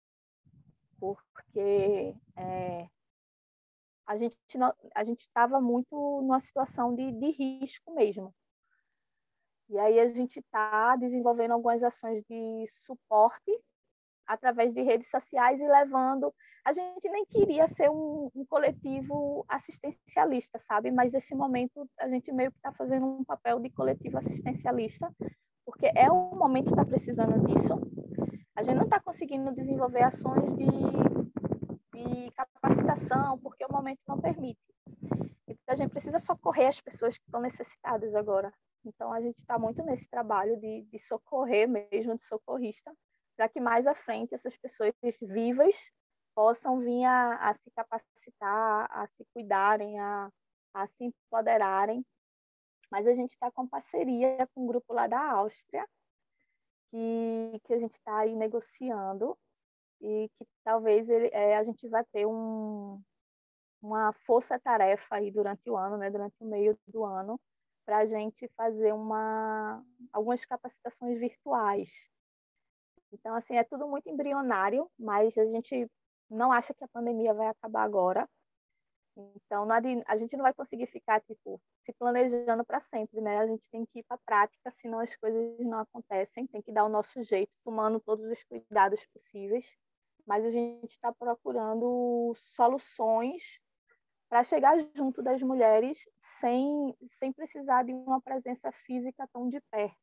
porque é, a gente a gente estava muito numa situação de, de risco mesmo. E aí a gente está desenvolvendo algumas ações de suporte através de redes sociais e levando. A gente nem queria ser um, um coletivo assistencialista, sabe? Mas nesse momento a gente meio que está fazendo um papel de coletivo assistencialista, porque é o momento que está precisando disso. A gente não está conseguindo desenvolver ações de, de capacitação, porque o momento não permite. Então a gente precisa socorrer as pessoas que estão necessitadas agora. Então a gente está muito nesse trabalho de, de socorrer mesmo, de socorrista, para que mais à frente essas pessoas vivas possam vir a, a se capacitar, a se cuidarem, a, a se empoderarem. Mas a gente está com parceria com um grupo lá da Áustria, que, que a gente está aí negociando e que talvez ele, é, a gente vai ter um, uma força-tarefa aí durante o ano, né, durante o meio do ano, para a gente fazer uma, algumas capacitações virtuais. Então, assim, é tudo muito embrionário, mas a gente não acha que a pandemia vai acabar agora. Então, a gente não vai conseguir ficar, tipo, se planejando para sempre, né? A gente tem que ir para a prática, senão as coisas não acontecem. Tem que dar o nosso jeito, tomando todos os cuidados possíveis. Mas a gente está procurando soluções para chegar junto das mulheres sem, sem precisar de uma presença física tão de perto.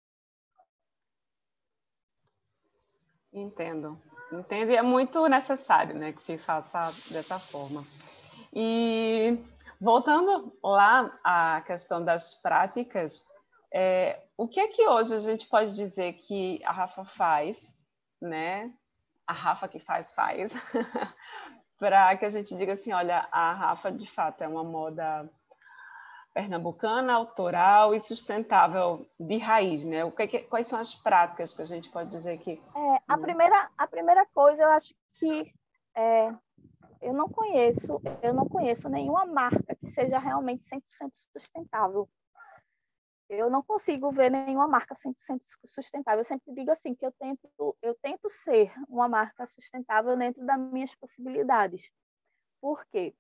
Entendo. Entendo, e é muito necessário, né, que se faça dessa forma. E voltando lá à questão das práticas, é, o que é que hoje a gente pode dizer que a Rafa faz, né? A Rafa que faz, faz, para que a gente diga assim, olha, a Rafa de fato é uma moda pernambucana, autoral e sustentável de raiz, né? O que, que quais são as práticas que a gente pode dizer que... É, a, Né? primeira, a primeira coisa, eu acho que é, eu não conheço, eu não conheço nenhuma marca que seja realmente cem por cento sustentável. eu não consigo ver nenhuma marca cem por cento sustentável. Eu sempre digo assim, que eu tento, eu tento ser uma marca sustentável dentro das minhas possibilidades. Por quê?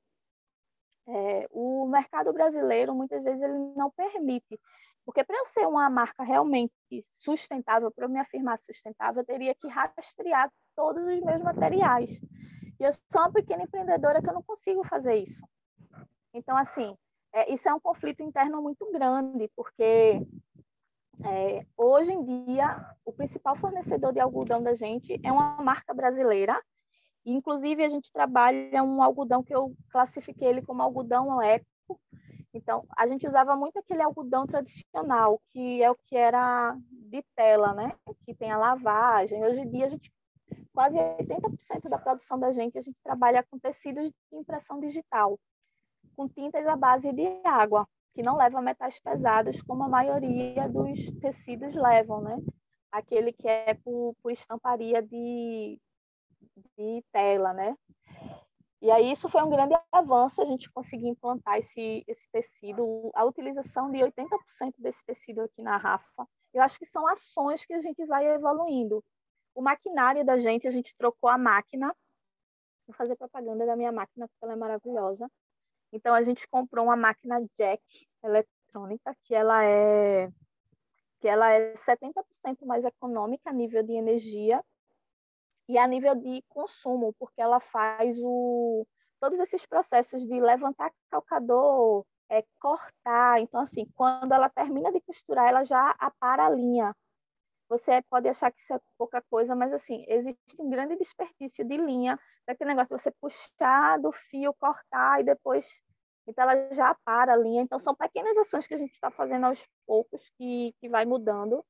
É, o mercado brasileiro, muitas vezes, ele não permite. Porque para eu ser uma marca realmente sustentável, para eu me afirmar sustentável, eu teria que rastrear todos os meus materiais. E eu sou uma pequena empreendedora que eu não consigo fazer isso. Então, assim, é, isso é um conflito interno muito grande, porque é, hoje em dia, o principal fornecedor de algodão da gente é uma marca brasileira. E, inclusive, a gente trabalha um algodão que eu classifiquei ele como algodão eco. Então, a gente usava muito aquele algodão tradicional, que é o que era de tela, né? Que tem a lavagem. Hoje em dia, a gente, quase oitenta por cento da produção da gente, a gente trabalha com tecidos de impressão digital, com tintas à base de água, que não leva metais pesados, como a maioria dos tecidos levam, né? Aquele que é por, por estamparia de, de tela, né? E aí isso foi um grande avanço, a gente conseguir implantar esse, esse tecido, a utilização de oitenta por cento desse tecido aqui na Rafa. Eu acho que são ações que a gente vai evoluindo. O maquinário da gente, a gente trocou a máquina, vou fazer propaganda da minha máquina, porque ela é maravilhosa. Então, a gente comprou uma máquina jack eletrônica, que ela é, que ela é setenta por cento mais econômica a nível de energia e a nível de consumo, porque ela faz o, todos esses processos de levantar calcador, é, cortar. Então, assim, quando ela termina de costurar, ela já apara a linha. Você pode achar que isso é pouca coisa, mas, assim, existe um grande desperdício de linha, daquele negócio de você puxar do fio, cortar e depois... Então, ela já para a linha. Então, são pequenas ações que a gente está fazendo aos poucos, que, que vai mudando.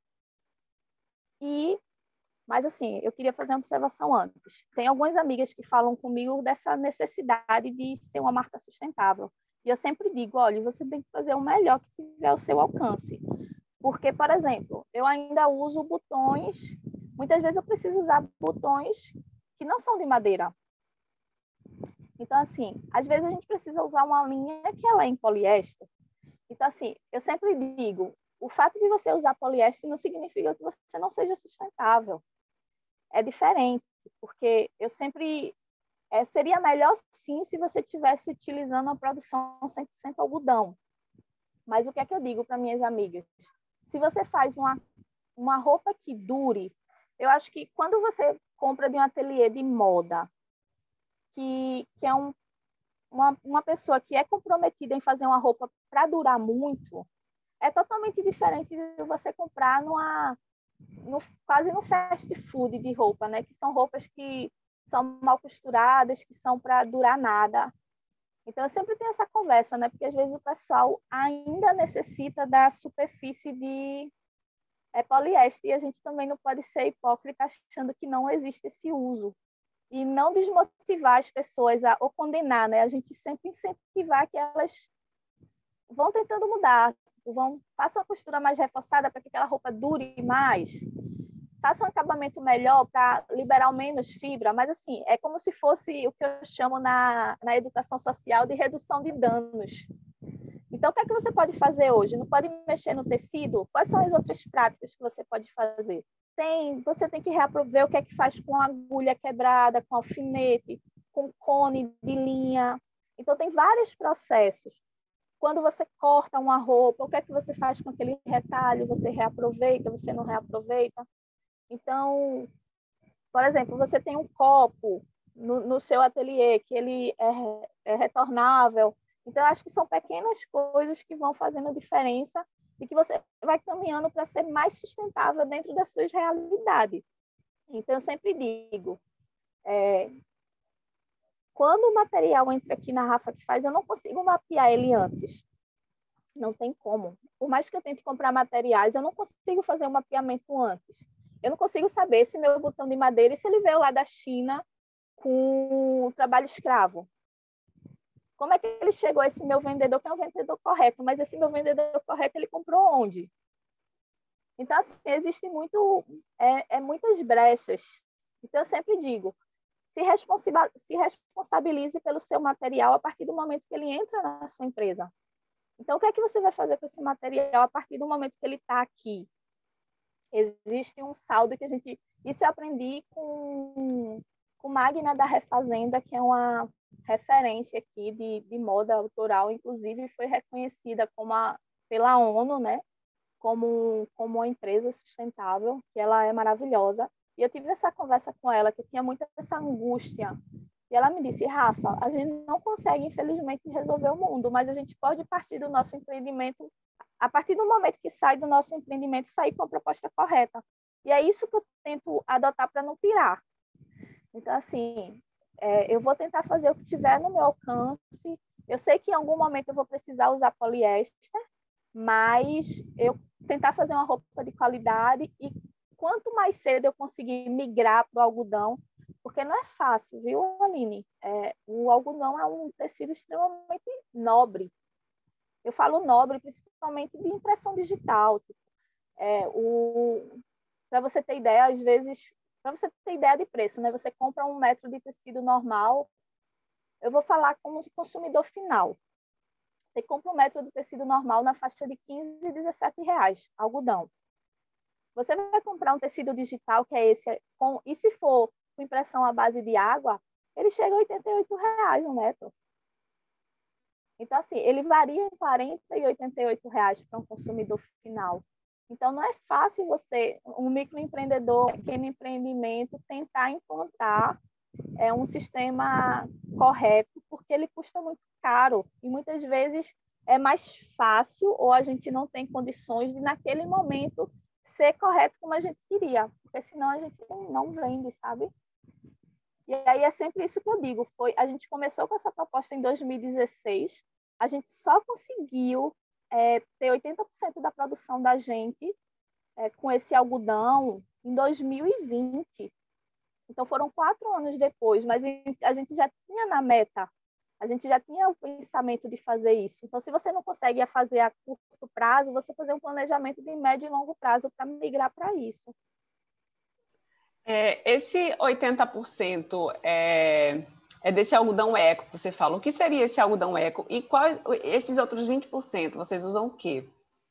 E, mas, assim, eu queria fazer uma observação antes. Tem algumas amigas que falam comigo dessa necessidade de ser uma marca sustentável. E eu sempre digo, olha, você tem que fazer o melhor que tiver ao seu alcance. Porque, por exemplo, eu ainda uso botões, muitas vezes eu preciso usar botões que não são de madeira. Então, assim, às vezes a gente precisa usar uma linha que ela é em poliéster. Então, assim, eu sempre digo, o fato de você usar poliéster não significa que você não seja sustentável. É diferente, porque eu sempre... É, seria melhor, sim, se você estivesse utilizando a produção cem por cento algodão. Mas o que é que eu digo para minhas amigas? Se você faz uma, uma roupa que dure, eu acho que quando você compra de um ateliê de moda, que, que é um, uma, uma pessoa que é comprometida em fazer uma roupa para durar muito, é totalmente diferente de você comprar numa, no, quase no fast food de roupa, né? Que são roupas que são mal costuradas, que são para durar nada. Então, eu sempre tenho essa conversa, né? Porque às vezes o pessoal ainda necessita da superfície de é, poliéster, e a gente também não pode ser hipócrita achando que não existe esse uso. E não desmotivar as pessoas a, ou condenar, né? A gente sempre incentivar que elas vão tentando mudar, vão, façam a costura mais reforçada para que aquela roupa dure mais, façam um acabamento melhor para liberar menos fibra, mas assim, é como se fosse o que eu chamo na, na educação social de redução de danos. Então, o que é que você pode fazer hoje? Não pode mexer no tecido? Quais são as outras práticas que você pode fazer? Tem, você tem que reaprover o que é que faz com agulha quebrada, com alfinete, com cone de linha. Então, tem vários processos. Quando você corta uma roupa, o que é que você faz com aquele retalho? Você reaproveita, você não reaproveita? Então, por exemplo, você tem um copo no, no seu ateliê que ele é, é retornável. Então, eu acho que são pequenas coisas que vão fazendo diferença e que você vai caminhando para ser mais sustentável dentro das suas realidades. Então, eu sempre digo, é, quando o material entra aqui na Rafa que faz, eu não consigo mapear ele antes. Não tem como. Por mais que eu tente comprar materiais, eu não consigo fazer um mapeamento antes. Eu não consigo saber se meu botão de madeira, se ele veio lá da China com trabalho escravo. Como é que ele chegou a esse meu vendedor, que é um vendedor correto, mas esse meu vendedor correto, ele comprou onde? Então, assim, existe muito, é, é muitas brechas. Então, eu sempre digo, se, responsa- se responsabilize pelo seu material a partir do momento que ele entra na sua empresa. Então, o que é que você vai fazer com esse material a partir do momento que ele está aqui? Existe um saldo que a gente... Isso eu aprendi com, com Magna da Refazenda, que é uma referência aqui de, de moda autoral, inclusive foi reconhecida como a, pela ONU, né? Como, como uma empresa sustentável, que ela é maravilhosa. E eu tive essa conversa com ela, que tinha muita essa angústia. E ela me disse, Rafa, a gente não consegue, infelizmente, resolver o mundo, mas a gente pode partir do nosso empreendimento, a partir do momento que sai do nosso empreendimento, sair com a proposta correta. E é isso que eu tento adotar para não pirar. Então, assim, é, eu vou tentar fazer o que tiver no meu alcance. Eu sei que em algum momento eu vou precisar usar poliéster, mas eu tentar fazer uma roupa de qualidade e quanto mais cedo eu conseguir migrar para o algodão, porque não é fácil, viu, Aline? É, o algodão é um tecido extremamente nobre. Eu falo nobre principalmente de impressão digital. É, o... Para você ter ideia, às vezes, para você ter ideia de preço, né? Você compra um metro de tecido normal, eu vou falar como consumidor final. Você compra um metro de tecido normal na faixa de quinze e dezessete reais, algodão. Você vai comprar um tecido digital, que é esse, com, e se for com impressão à base de água, ele chega a oitenta e oito reais um metro. Então, assim, ele varia em quarenta e oitenta e oito reais para um consumidor final. Então, não é fácil você, um microempreendedor, pequeno empreendimento, tentar implantar é, um sistema correto, porque ele custa muito caro. E muitas vezes é mais fácil, ou a gente não tem condições de, naquele momento, ser correto como a gente queria, porque senão a gente não vende, sabe? E aí é sempre isso que eu digo, foi, a gente começou com essa proposta em dois mil e dezesseis, a gente só conseguiu é, ter oitenta por cento da produção da gente é, com esse algodão em dois mil e vinte. Então foram quatro anos depois, mas a gente já tinha na meta, a gente já tinha o pensamento de fazer isso. Então, se você não consegue fazer a curto prazo, você fazer um planejamento de médio e longo prazo para migrar para isso. É, esse oitenta por cento é, é desse algodão eco que você fala. O que seria esse algodão eco? E quais esses outros vinte por cento, vocês usam o quê?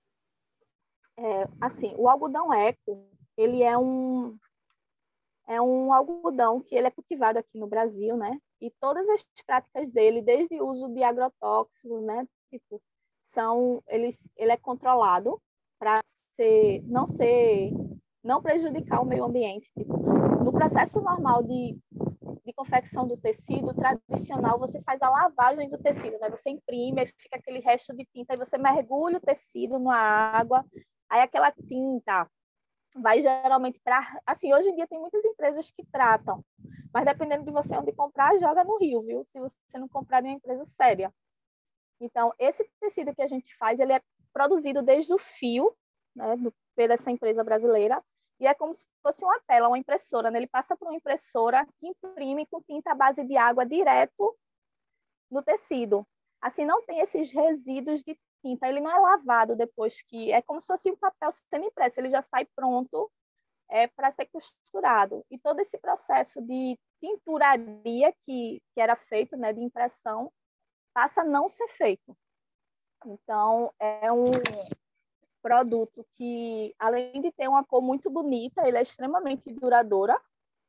É, assim, o algodão eco, ele é um, é um algodão que ele é cultivado aqui no Brasil, né? E todas as práticas dele, desde o uso de agrotóxicos, né? Tipo, são, eles, ele é controlado para ser, não ser, não prejudicar o meio ambiente. Tipo, no processo normal de, de confecção do tecido tradicional, você faz a lavagem do tecido, né? Você imprime, aí fica aquele resto de tinta, aí você mergulha o tecido na água, aí aquela tinta vai geralmente para... Assim, hoje em dia tem muitas empresas que tratam, mas dependendo de você onde comprar, joga no rio, viu? Se você não comprar de uma empresa séria. Então, esse tecido que a gente faz, ele é produzido desde o fio, né, do, pela essa empresa brasileira, e é como se fosse uma tela, uma impressora, né? Ele passa por uma impressora que imprime com tinta à base de água direto no tecido. Assim, não tem esses resíduos de tinta, ele não é lavado depois que... É como se fosse um papel sendo impresso, ele já sai pronto é, para ser costurado. E todo esse processo de tinturaria que, que era feito, né, de impressão, passa a não ser feito. Então, é um produto que, além de ter uma cor muito bonita, ele é extremamente duradoura,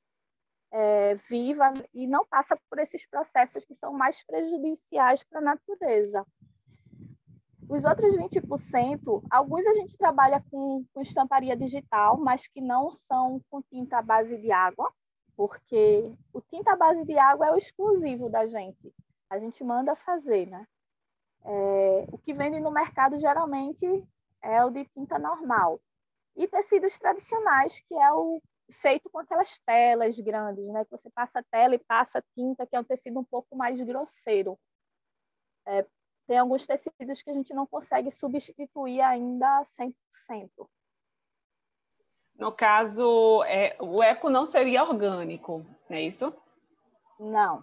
é, viva, e não passa por esses processos que são mais prejudiciais para a natureza. Os outros vinte por cento, alguns a gente trabalha com, com estamparia digital, mas que não são com tinta à base de água, porque o tinta à base de água é o exclusivo da gente. A gente manda fazer, né? É, o que vende no mercado geralmente é o de tinta normal. E tecidos tradicionais, que é o feito com aquelas telas grandes, né? Que você passa tela e passa tinta, que é um tecido um pouco mais grosseiro. É, tem alguns tecidos que a gente não consegue substituir ainda cem por cento. No caso, é, o eco não seria orgânico, não é isso? Não.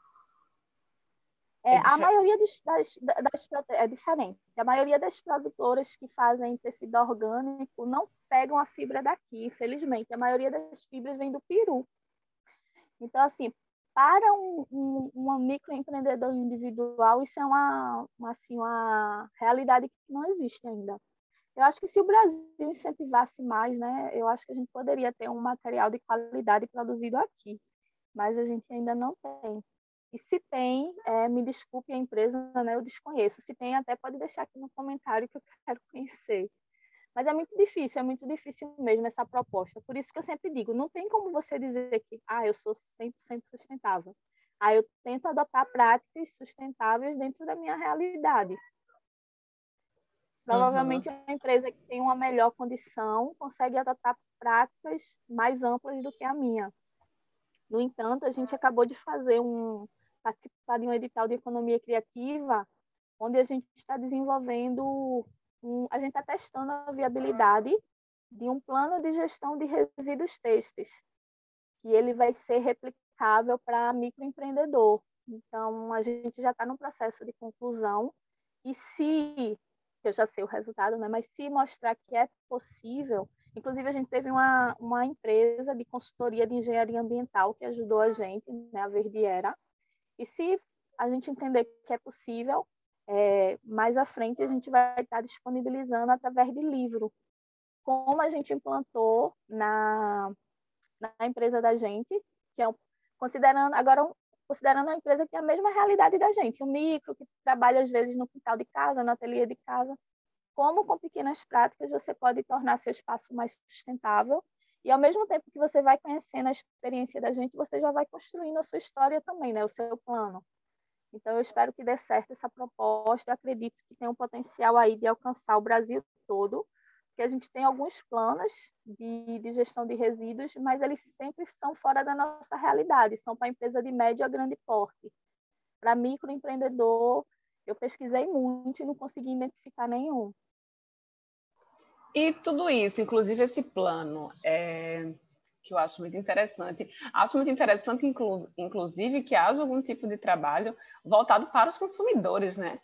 É, É a dif... maioria das, das, das... É diferente. A maioria das produtoras que fazem tecido orgânico não pegam a fibra daqui, infelizmente. A maioria das fibras vem do Peru. Então, assim, para um, um, um microempreendedor individual, isso é uma, uma, assim, uma realidade que não existe ainda. Eu acho que se o Brasil incentivasse mais, né, eu acho que a gente poderia ter um material de qualidade produzido aqui, mas a gente ainda não tem. E se tem, é, me desculpe a empresa, né, eu desconheço. Se tem, até pode deixar aqui no comentário que eu quero conhecer. Mas é muito difícil, é muito difícil mesmo essa proposta. Por isso que eu sempre digo, não tem como você dizer que ah, eu sou cem por cento sustentável. Ah, eu tento adotar práticas sustentáveis dentro da minha realidade. Provavelmente Uhum. uma empresa que tem uma melhor condição consegue adotar práticas mais amplas do que a minha. No entanto, a gente acabou de fazer um participar de um edital de economia criativa, onde a gente está desenvolvendo, um, a gente está testando a viabilidade de um plano de gestão de resíduos têxteis, que ele vai ser replicável para microempreendedor. Então, a gente já está no processo de conclusão e se, eu já sei o resultado, né, mas se mostrar que é possível, inclusive a gente teve uma, uma empresa de consultoria de engenharia ambiental que ajudou a gente, né, a Verdiera, e se a gente entender que é possível, é, mais à frente a gente vai estar disponibilizando através de livro, como a gente implantou na, na empresa da gente, que é um, considerando agora um, considerando a empresa que é a mesma realidade da gente, um micro que trabalha às vezes no quintal de casa, no ateliê de casa, como com pequenas práticas você pode tornar seu espaço mais sustentável e ao mesmo tempo que você vai conhecendo a experiência da gente, você já vai construindo a sua história também, né, o seu plano. Então, eu espero que dê certo essa proposta. Eu acredito que tem um potencial aí de alcançar o Brasil todo, porque a gente tem alguns planos de, de gestão de resíduos, mas eles sempre são fora da nossa realidade, são para empresa de médio a grande porte. Para microempreendedor, eu pesquisei muito e não consegui identificar nenhum. E tudo isso, inclusive esse plano, é, que eu acho muito interessante. Acho muito interessante, inclu, inclusive, que haja algum tipo de trabalho voltado para os consumidores, né?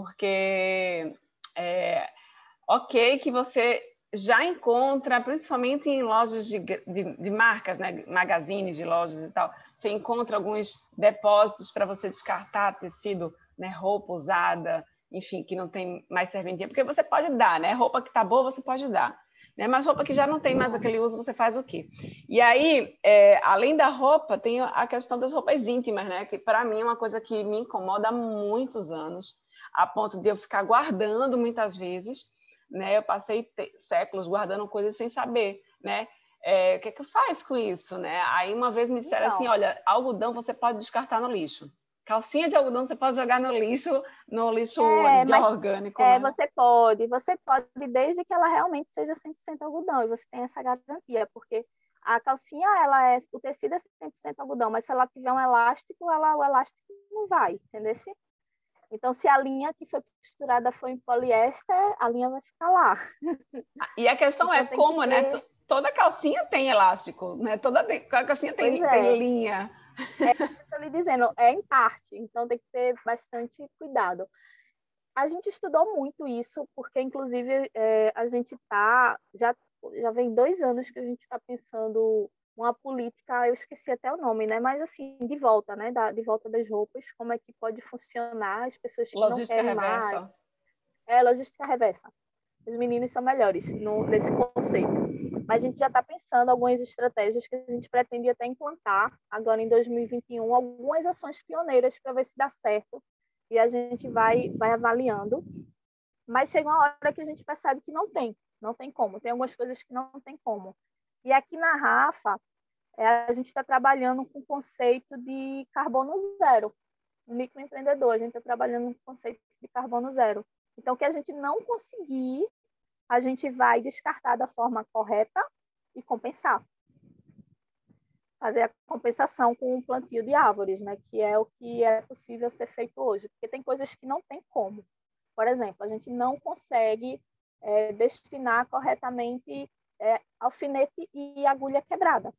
Porque é ok que você já encontra, principalmente em lojas de, de, de marcas, né? Magazines de lojas e tal, você encontra alguns depósitos para você descartar tecido, né? Roupa usada, enfim, que não tem mais serventia, porque você pode dar, né? Roupa que está boa, você pode dar. Né? Mas roupa que já não tem mais aquele uso, você faz o quê? E aí, é, além da roupa, tem a questão das roupas íntimas, né? Que para mim é uma coisa que me incomoda há muitos anos, a ponto de eu ficar guardando muitas vezes, né? Eu passei séculos guardando coisas sem saber, né? É, o que é que faz com isso, né? Aí uma vez me disseram então, assim, olha, algodão você pode descartar no lixo. Calcinha de algodão você pode jogar no lixo, no lixo é, de mas, orgânico, é, né? Você pode, você pode, desde que ela realmente seja cem por cento algodão, e você tem essa garantia, porque a calcinha, ela é, o tecido é cem por cento algodão, mas se ela tiver um elástico, ela, o elástico não vai, entendeu? Então, se a linha que foi costurada for em poliéster, a linha vai ficar lá. E a questão então, é como, ter... né? Toda calcinha tem elástico, né? Toda calcinha tem, é. tem linha. É isso que eu estou lhe dizendo, é em parte, então tem que ter bastante cuidado. A gente estudou muito isso, porque, inclusive, é, a gente está, já, já vem dois anos que a gente está pensando uma política, eu esqueci até o nome, né? Mas, assim, de volta, né? Da, de volta das roupas, como é que pode funcionar as pessoas que não Logística querem mais. reversa. É, logística reversa. Os meninos são melhores no, nesse conceito. Mas a gente já está pensando algumas estratégias que a gente pretende até implantar agora em dois mil e vinte e um, algumas ações pioneiras para ver se dá certo e a gente vai, vai avaliando. Mas chega uma hora que a gente percebe que não tem, não tem como. Tem algumas coisas que não tem como. E aqui na Rafa, é, a gente está trabalhando com o conceito de carbono zero. Um microempreendedor, a gente está trabalhando com o conceito de carbono zero. Então, o que a gente não conseguir, a gente vai descartar da forma correta e compensar. Fazer a compensação com o plantio de árvores, né? Que é o que é possível ser feito hoje. Porque tem coisas que não tem como. Por exemplo, a gente não consegue é, destinar corretamente é, alfinete e agulha quebrada.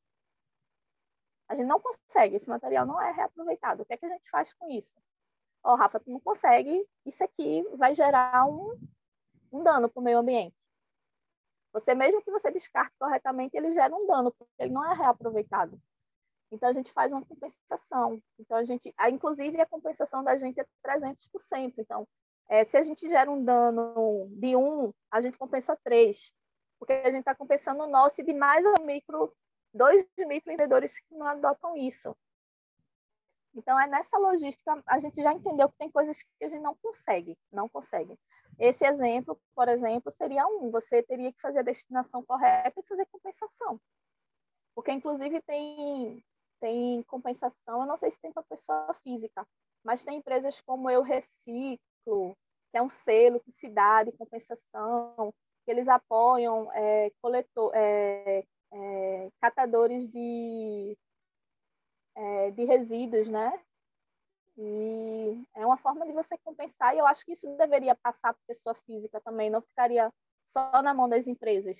A gente não consegue, esse material não é reaproveitado. O que é que a gente faz com isso? Ó, oh, Rafa, tu não consegue, isso aqui vai gerar um, um dano para o meio ambiente. Você, mesmo que você descarte corretamente, ele gera um dano, porque ele não é reaproveitado. Então, a gente faz uma compensação. Então, a gente, a, inclusive, a compensação da gente é trezentos por cento. Então, é, se a gente gera um dano de um, a gente compensa três. Porque a gente está compensando o nosso e de mais um micro, dois microempreendedores que não adotam isso. Então, é nessa logística, a gente já entendeu que tem coisas que a gente não consegue, não consegue. Esse exemplo, por exemplo, seria um. Você teria que fazer a destinação correta e fazer compensação. Porque, inclusive, tem, tem compensação, eu não sei se tem para pessoa física, mas tem empresas como Eu Reciclo, que é um selo que se dá de compensação, que eles apoiam é, coletor, é, é, catadores de, é, de resíduos, né? E é uma forma de você compensar, e eu acho que isso deveria passar para pessoa física também, não ficaria só na mão das empresas.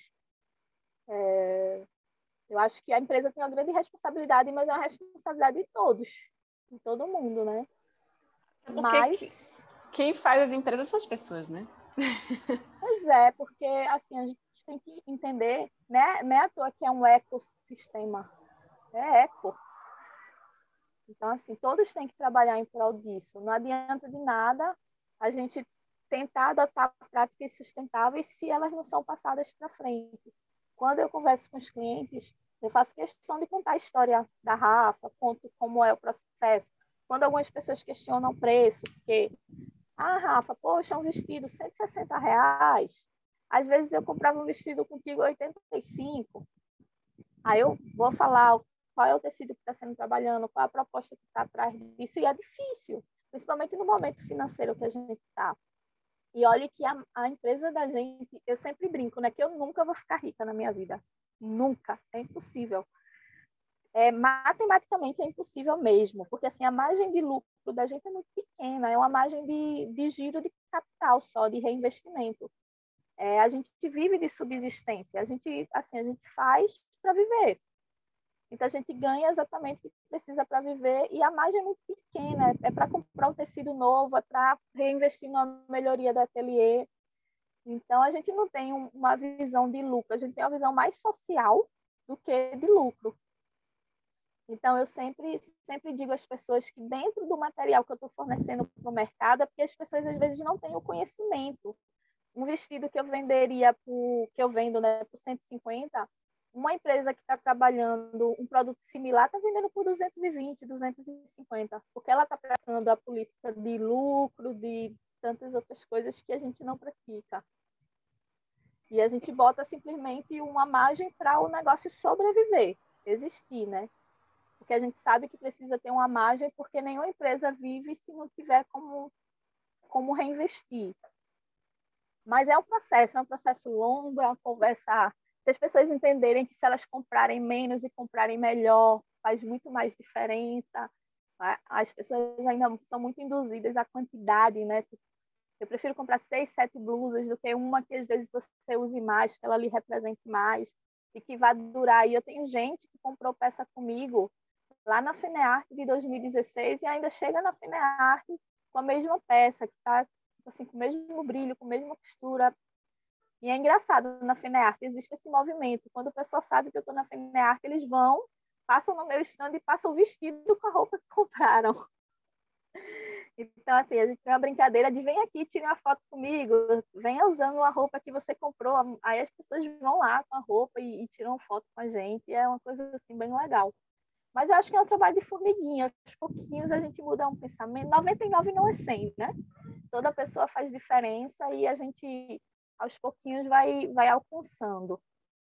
É, eu acho que a empresa tem uma grande responsabilidade, mas é uma responsabilidade de todos, de todo mundo, né? Porque Mas quem faz as empresas são as pessoas, né? Pois é, porque assim, a gente tem que entender, né? Não é à toa que é um ecossistema, é eco. Então, assim, todos têm que trabalhar em prol disso. Não adianta de nada a gente tentar adotar práticas sustentáveis se elas não são passadas para frente. Quando eu converso com os clientes, eu faço questão de contar a história da Rafa, conto como é o processo. Quando algumas pessoas questionam o preço, porque, ah, Rafa, poxa, um vestido cento e sessenta reais. Às vezes eu comprava um vestido contigo oitenta e cinco. Aí eu vou falar qual é o tecido que está sendo trabalhando, qual é a proposta que está atrás disso, e é difícil, principalmente no momento financeiro que a gente está. E olha que a, a empresa da gente, eu sempre brinco, né, que eu nunca vou ficar rica na minha vida. Nunca, é impossível. É, matematicamente é impossível mesmo, porque assim, a margem de lucro da gente é muito pequena, é uma margem de, de giro de capital só, de reinvestimento. É, a gente vive de subsistência, a gente, assim, a gente faz para viver. Então, a gente ganha exatamente o que precisa para viver e a margem é muito pequena. É para comprar um tecido novo, é para reinvestir na melhoria do ateliê. Então, a gente não tem uma visão de lucro, a gente tem uma visão mais social do que de lucro. Então, eu sempre, sempre digo às pessoas que dentro do material que eu estou fornecendo para o mercado, é porque as pessoas às vezes não têm o conhecimento. Um vestido que eu venderia, por, que eu vendo, né, por cento e cinquenta, uma empresa que está trabalhando um produto similar está vendendo por duzentos e vinte, duzentos e cinquenta, porque ela está praticando a política de lucro, de tantas outras coisas que a gente não pratica. E a gente bota simplesmente uma margem para o negócio sobreviver, existir, né? Porque a gente sabe que precisa ter uma margem, porque nenhuma empresa vive se não tiver como, como reinvestir. Mas é um processo, é um processo longo, é uma conversa. Se as pessoas entenderem que se elas comprarem menos e comprarem melhor, faz muito mais diferença. As pessoas ainda são muito induzidas à quantidade, né? Eu prefiro comprar seis, sete blusas do que uma que às vezes você use mais, que ela lhe represente mais e que vai durar. E eu tenho gente que comprou peça comigo lá na FENEARTE de dois mil e dezesseis e ainda chega na FENEARTE com a mesma peça, que está assim, com o mesmo brilho, com a mesma textura. E é engraçado, na FENEARTE existe esse movimento. Quando o pessoal sabe que eu estou na FENEARTE, eles vão, passam no meu stand e passam o vestido com a roupa que compraram. Então, assim, a gente tem uma brincadeira de vem aqui, tire uma foto comigo, venha usando a roupa que você comprou. Aí as pessoas vão lá com a roupa e, e tiram foto com a gente. E é uma coisa, assim, bem legal. Mas eu acho que é um trabalho de formiguinha. Aos pouquinhos a gente muda um pensamento. noventa e nove não é cem, né? Toda pessoa faz diferença e a gente, aos pouquinhos, vai, vai alcançando.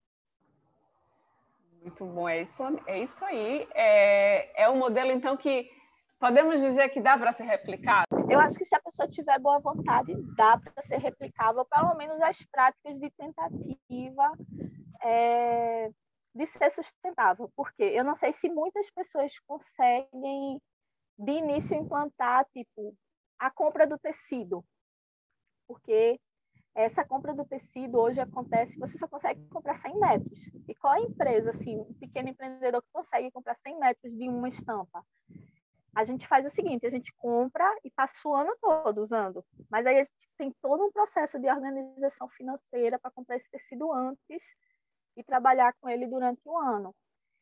Muito bom, é isso, é isso aí. É, é um modelo, então, que podemos dizer que dá para ser replicado? Eu acho que se a pessoa tiver boa vontade, dá para ser replicável, pelo menos as práticas de tentativa é, de ser sustentável. Porque eu não sei se muitas pessoas conseguem, de início, implantar tipo, a compra do tecido. Porque essa compra do tecido hoje acontece, você só consegue comprar cem metros. E qual é a empresa, assim, um pequeno empreendedor que consegue comprar cem metros de uma estampa? A gente faz o seguinte, a gente compra e passa o ano todo usando. Mas aí a gente tem todo um processo de organização financeira para comprar esse tecido antes e trabalhar com ele durante o ano.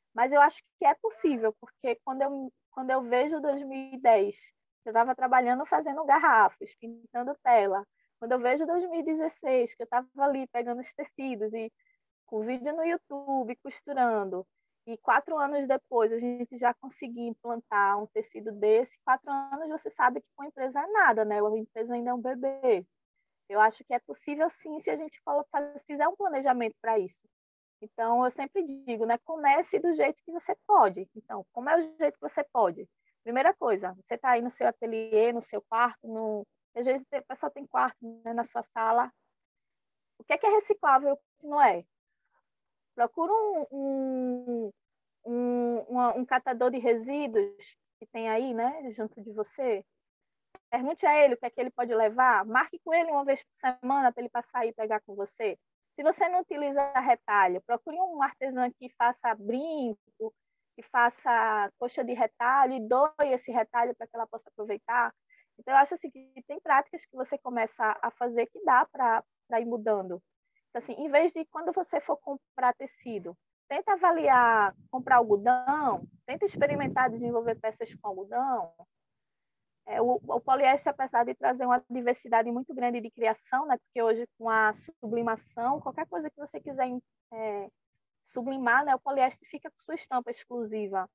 Mas eu acho que é possível, porque quando eu, quando eu vejo dois mil e dez, eu estava trabalhando fazendo garrafas, pintando tela. Quando eu vejo dois mil e dezesseis, que eu estava ali pegando os tecidos e com vídeo no YouTube, costurando, e quatro anos depois a gente já conseguiu implantar um tecido desse, quatro anos você sabe que uma empresa é nada, né? Uma empresa ainda é um bebê. Eu acho que é possível sim se a gente colocar, fizer um planejamento para isso. Então, eu sempre digo, né? Comece do jeito que você pode. Então, como é o jeito que você pode? Primeira coisa, você está aí no seu ateliê, no seu quarto, no... às vezes o pessoal tem quarto, né, na sua sala. O que é que é reciclável e o que não é? Procura um, um, um, uma, um catador de resíduos que tem aí, né, junto de você. Pergunte a ele o que é que ele pode levar. Marque com ele uma vez por semana para ele passar e pegar com você. Se você não utiliza retalho, procure um artesão que faça brinco, que faça coxa de retalho e doe esse retalho para que ela possa aproveitar. Então, eu acho assim, que tem práticas que você começa a fazer que dá para ir mudando. Então, assim, em vez de quando você for comprar tecido, tenta avaliar, comprar algodão, tenta experimentar desenvolver peças com algodão. É, o, o poliéster, apesar de trazer uma diversidade muito grande de criação, né, porque hoje com a sublimação, qualquer coisa que você quiser é, sublimar, né, o poliéster fica com sua estampa exclusiva.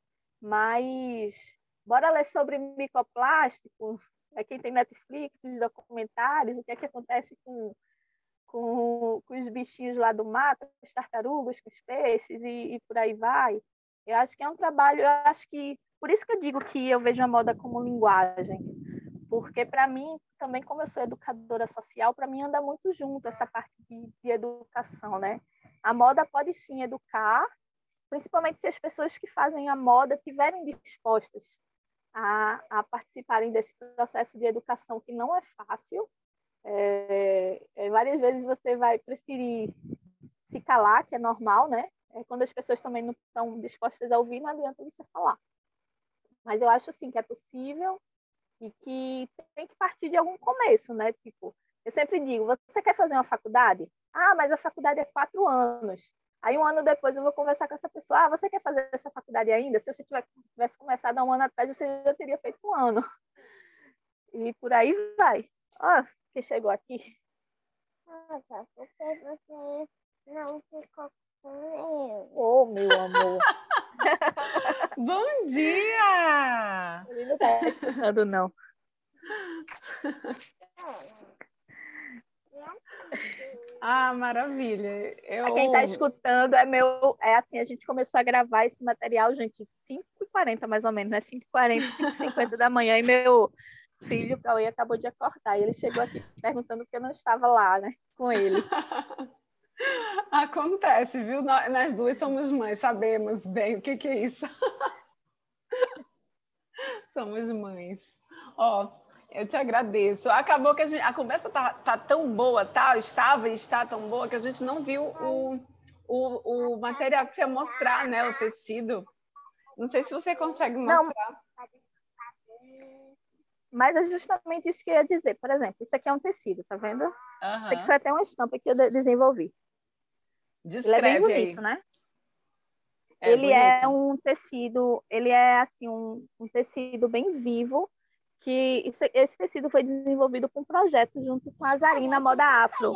Mas bora ler sobre microplástico, é, quem tem Netflix, os documentários, o que é que acontece com, com, com os bichinhos lá do mato, as tartarugas, com os peixes e, e por aí vai. Eu acho que é um trabalho, eu acho que por isso que eu digo que eu vejo a moda como linguagem, porque para mim, também como eu sou educadora social, para mim anda muito junto essa parte de, de educação, né? A moda pode sim educar, principalmente se as pessoas que fazem a moda estiverem dispostas a, a participarem desse processo de educação, que não é fácil. É, é, várias vezes você vai preferir se calar, que é normal, né? É, quando as pessoas também não estão dispostas a ouvir, não adianta você falar. Mas eu acho assim que é possível e que tem que partir de algum começo, né? Tipo, eu sempre digo, você quer fazer uma faculdade? Ah, mas a faculdade é quatro anos. Aí um ano depois eu vou conversar com essa pessoa. Ah, você quer fazer essa faculdade ainda? Se você tivesse começado há um ano atrás, você já teria feito um ano. E por aí vai. Ó, oh, quem chegou aqui? Ah, tá. Porque você não ficou com eu. Ô, oh, meu amor. Bom dia! Ele não está escutando, não. Ah, maravilha. Eu... Para quem está escutando, é meu. É assim, a gente começou a gravar esse material, gente, cinco e quarenta mais ou menos, né? cinco e quarenta, cinco e cinquenta da manhã, e meu filho, Cauê, acabou de acordar. E ele chegou aqui perguntando porque eu não estava lá, né? Com ele. Acontece, viu? Nós duas somos mães, sabemos bem o que, que é isso. Somos mães. Ó, oh, eu te agradeço. Acabou que a, gente, a conversa tá, tá tão boa, tá? Estava e está tão boa que a gente não viu o, o, o material que você ia mostrar, né? O tecido. Não sei se você consegue mostrar. Não, mas é justamente isso que eu ia dizer. Por exemplo, isso aqui é um tecido, tá vendo? Uhum. Isso aqui foi até uma estampa que eu desenvolvi. Descreve. Ele é bem bonito, aí. né? É ele bonito. é um tecido, ele é assim um, um tecido bem vivo, que esse, esse tecido foi desenvolvido com um projeto junto com a Zarina Moda Afro.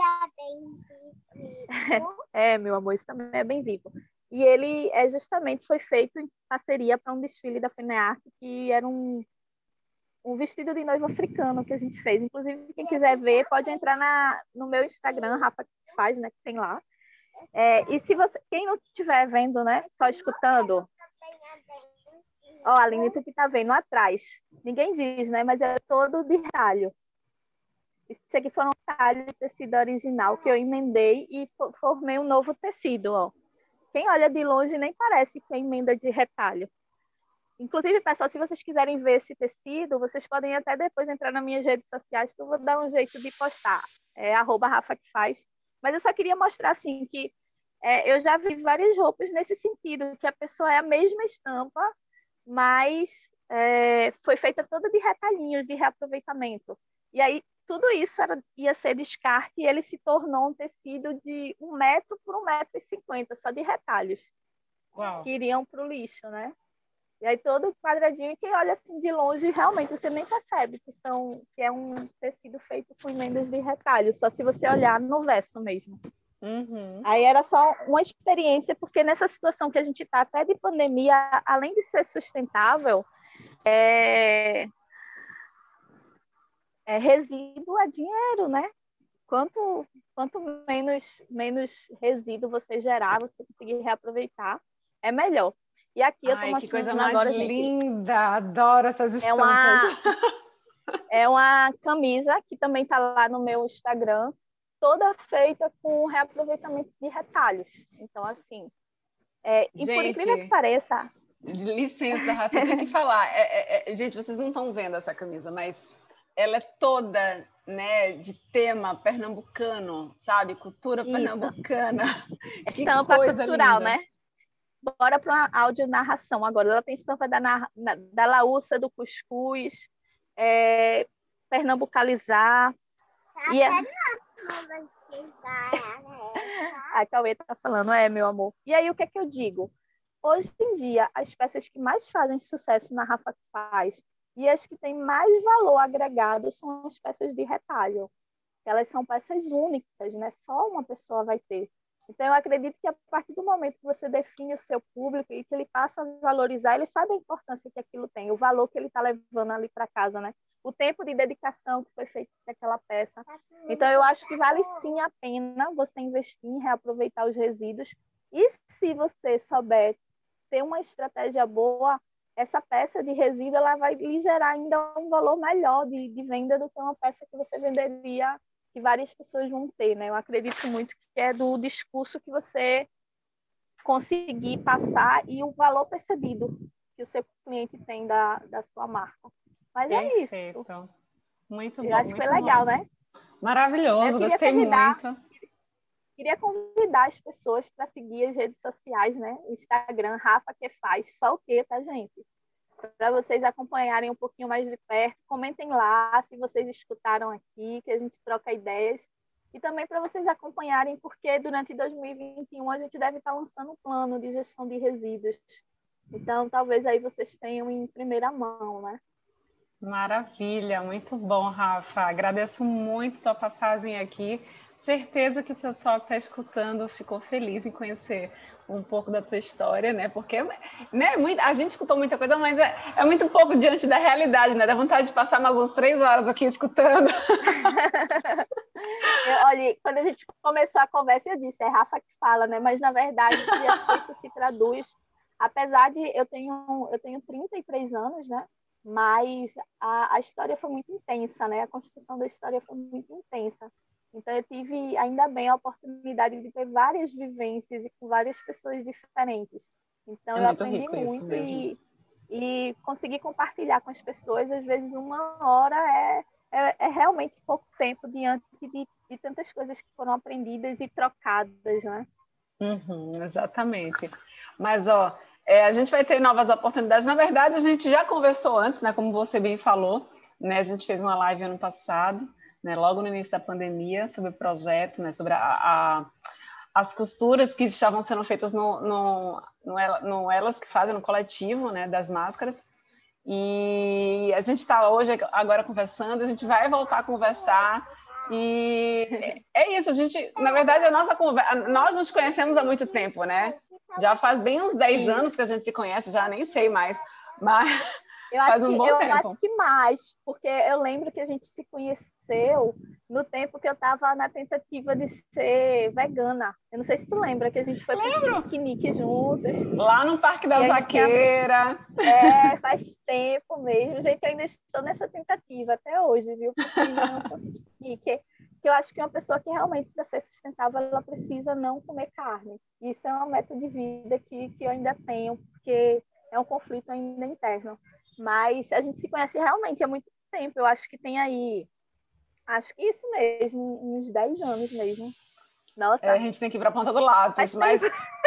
É, meu amor, isso também é bem vivo. E ele é justamente foi feito em parceria para um desfile da FENEARTE, que era um, um vestido de noiva africano que a gente fez. Inclusive, quem quiser ver, pode entrar na, no meu Instagram, Rafa que faz, né, que tem lá. É, e se você, quem não estiver vendo, né, só escutando, ó, a Aline, tu que tá vendo atrás, ninguém diz, né, mas é todo de retalho. Isso aqui foi um retalho de tecido original que eu emendei e formei um novo tecido, ó. Quem olha de longe nem parece que é emenda de retalho. Inclusive, pessoal, se vocês quiserem ver esse tecido, vocês podem até depois entrar nas minhas redes sociais, que eu vou dar um jeito de postar. É arroba Rafa que faz. Mas eu só queria mostrar, assim, que é, eu já vi várias roupas nesse sentido, que a pessoa é a mesma estampa, mas é, foi feita toda de retalhinhos, de reaproveitamento. E aí, tudo isso era, ia ser descarte e ele se tornou um tecido de um metro por um metro e cinquenta, só de retalhos. Uau. que iriam para o lixo, né? E aí todo quadradinho, quem olha assim de longe, realmente você nem percebe que, são, que é um tecido feito com emendas de retalho, só se você olhar no verso mesmo. Uhum. Aí era só uma experiência, porque nessa situação que a gente está, até de pandemia, além de ser sustentável, é... É, resíduo é dinheiro, né? Quanto, quanto menos, menos resíduo você gerar, você conseguir reaproveitar, é melhor. E aqui eu estou Ai, que coisa mostrando mais agora, gente, linda! Adoro essas é estampas. uma, é uma camisa que também está lá no meu Instagram, toda feita com reaproveitamento de retalhos. Então, assim, é, e por incrível que Gente, pareça... licença, Rafa, eu tenho que falar. É, é, é, gente, vocês não estão vendo essa camisa, mas ela é toda, né, de tema pernambucano, sabe? Cultura Isso, pernambucana. Que estampa coisa cultural, linda. né? Bora para uma audio-narração agora. Ela tem estampa da, na, da laúça, do cuscuz, é, pernambucalizar. E é... A Cauê tá falando, é, meu amor. E aí, o que é que eu digo? Hoje em dia, as peças que mais fazem sucesso na Rafa que faz e as que têm mais valor agregado são as peças de retalho. Elas são peças únicas, né? Só uma pessoa vai ter. Então, eu acredito que a partir do momento que você define o seu público e que ele passa a valorizar, ele sabe a importância que aquilo tem, o valor que ele está levando ali para casa, né? O tempo de dedicação que foi feito naquela peça. Então, eu acho que vale sim a pena você investir em reaproveitar os resíduos. E se você souber ter uma estratégia boa, essa peça de resíduo ela vai lhe gerar ainda um valor melhor de, de venda do que uma peça que você venderia, que várias pessoas vão ter, né? Eu acredito muito que é do discurso que você conseguir passar e o valor percebido que o seu cliente tem da, da sua marca. Mas Perfeito. é isso. Muito Eu bom, acho que muito foi legal, bom. né? Maravilhoso, Eu queria gostei convidar, muito. queria convidar as pessoas para seguir as redes sociais, né? O Instagram, Rafa que faz, só o quê, tá, gente? Para vocês acompanharem um pouquinho mais de perto. Comentem lá se vocês escutaram aqui, que a gente troca ideias. E também para vocês acompanharem, porque durante dois mil e vinte e um a gente deve estar lançando um plano de gestão de resíduos. Então, talvez aí vocês tenham em primeira mão, né? Maravilha, muito bom, Rafa. Agradeço muito a tua passagem aqui. Certeza que o pessoal que está escutando ficou feliz em conhecer um pouco da tua história, né? Porque né, a gente escutou muita coisa, mas é, é muito pouco diante da realidade, né? Dá vontade de passar mais umas três horas aqui escutando. Eu, olha, quando a gente começou a conversa, eu disse, é Rafa que fala, né? Mas, na verdade, isso se traduz... Apesar de eu tenho, eu tenho trinta e três anos, né? Mas a, a história foi muito intensa, né? A construção da história foi muito intensa. Então, eu tive, ainda bem, a oportunidade de ter várias vivências e com várias pessoas diferentes. Então, É eu muito aprendi rico isso muito mesmo. e, e consegui compartilhar com as pessoas. Às vezes, uma hora é, é, é realmente pouco tempo diante de, de tantas coisas que foram aprendidas e trocadas, né? Uhum, exatamente. Mas, ó, é, a gente vai ter novas oportunidades. Na verdade, a gente já conversou antes, né? Como você bem falou, né? A gente fez uma live ano passado, né? Logo no início da pandemia, sobre o projeto, né? Sobre a, a, as costuras que estavam sendo feitas no, no, no, no Elas que Fazem, no coletivo, né? Das máscaras. E a gente está hoje agora conversando, a gente vai voltar a conversar. E é isso, a gente, na verdade, a nossa conversa, nós nos conhecemos há muito tempo, né? Já faz bem uns dez anos que a gente se conhece, já nem sei mais, mas eu faz acho um que, bom eu tempo. acho que mais, porque eu lembro que a gente se conheceu no tempo que eu estava na tentativa de ser vegana. Eu não sei se tu lembra que a gente foi para um piquenique juntas. Lá no Parque da Jaqueira. Tinha... É, faz tempo mesmo. Gente, eu ainda estou nessa tentativa até hoje, viu? Porque eu ainda não consegui. Que, que eu acho que uma pessoa que realmente, para ser sustentável, ela precisa não comer carne. Isso é uma meta de vida que, que eu ainda tenho, porque é um conflito ainda interno. Mas a gente se conhece realmente há muito tempo. Eu acho que tem aí, acho que isso mesmo, uns dez anos mesmo. Nossa. É, a gente tem que ir para a ponta do lápis, mas...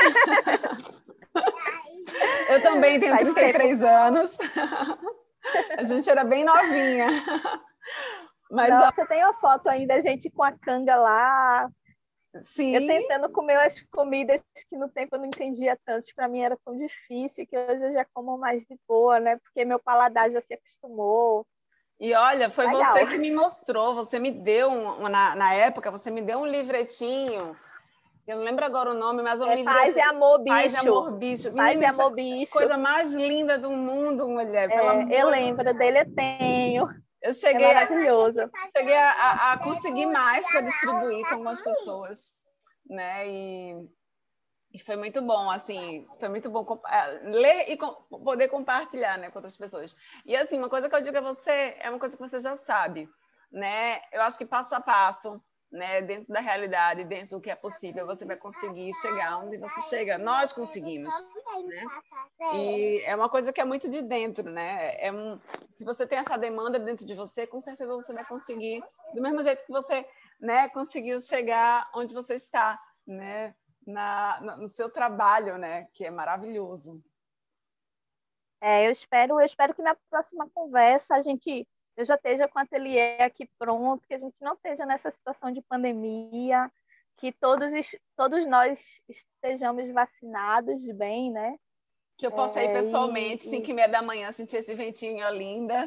Eu também tenho Faz trinta e três tempo. Anos. A gente era bem novinha. Mas, Nossa, ó... tem uma foto ainda, a gente com a canga lá. Sim. Eu tentando comer as comidas que no tempo eu não entendia tanto, para mim era tão difícil, que hoje eu já como mais de boa, né? Porque meu paladar já se acostumou. E olha, foi Legal. você que me mostrou, você me deu, um, na, na época, você me deu um livretinho, eu não lembro agora o nome, mas um É livretinho. Paz e Amor, Bicho. Paz e Amor, Bicho. Paz Menina, e Amor, Bicho. Coisa mais linda do mundo, mulher. Pelo É, amor eu de lembro Deus. dele, eu tenho. Eu cheguei, É maravilhoso. a, cheguei a, a, a conseguir mais para distribuir com algumas pessoas, né? E, e foi muito bom, assim, foi muito bom ler e com, poder compartilhar, né, com outras pessoas. E assim, uma coisa que eu digo a você é uma coisa que você já sabe, né? Eu acho que passo a passo, né, dentro da realidade, dentro do que é possível, você vai conseguir chegar onde você chega. Nós conseguimos, né? E é uma coisa que é muito de dentro, né? É um, se você tem essa demanda dentro de você, com certeza você vai conseguir, do mesmo jeito que você, né, conseguiu chegar onde você está, né? Na, no seu trabalho, né? Que é maravilhoso. É, eu espero, eu espero que na próxima conversa a gente eu já esteja com o ateliê aqui pronto, que a gente não esteja nessa situação de pandemia, que todos, todos nós estejamos vacinados bem, né? Que eu possa ir pessoalmente, é, e, cinco e meia da manhã, sentir esse ventinho em Olinda.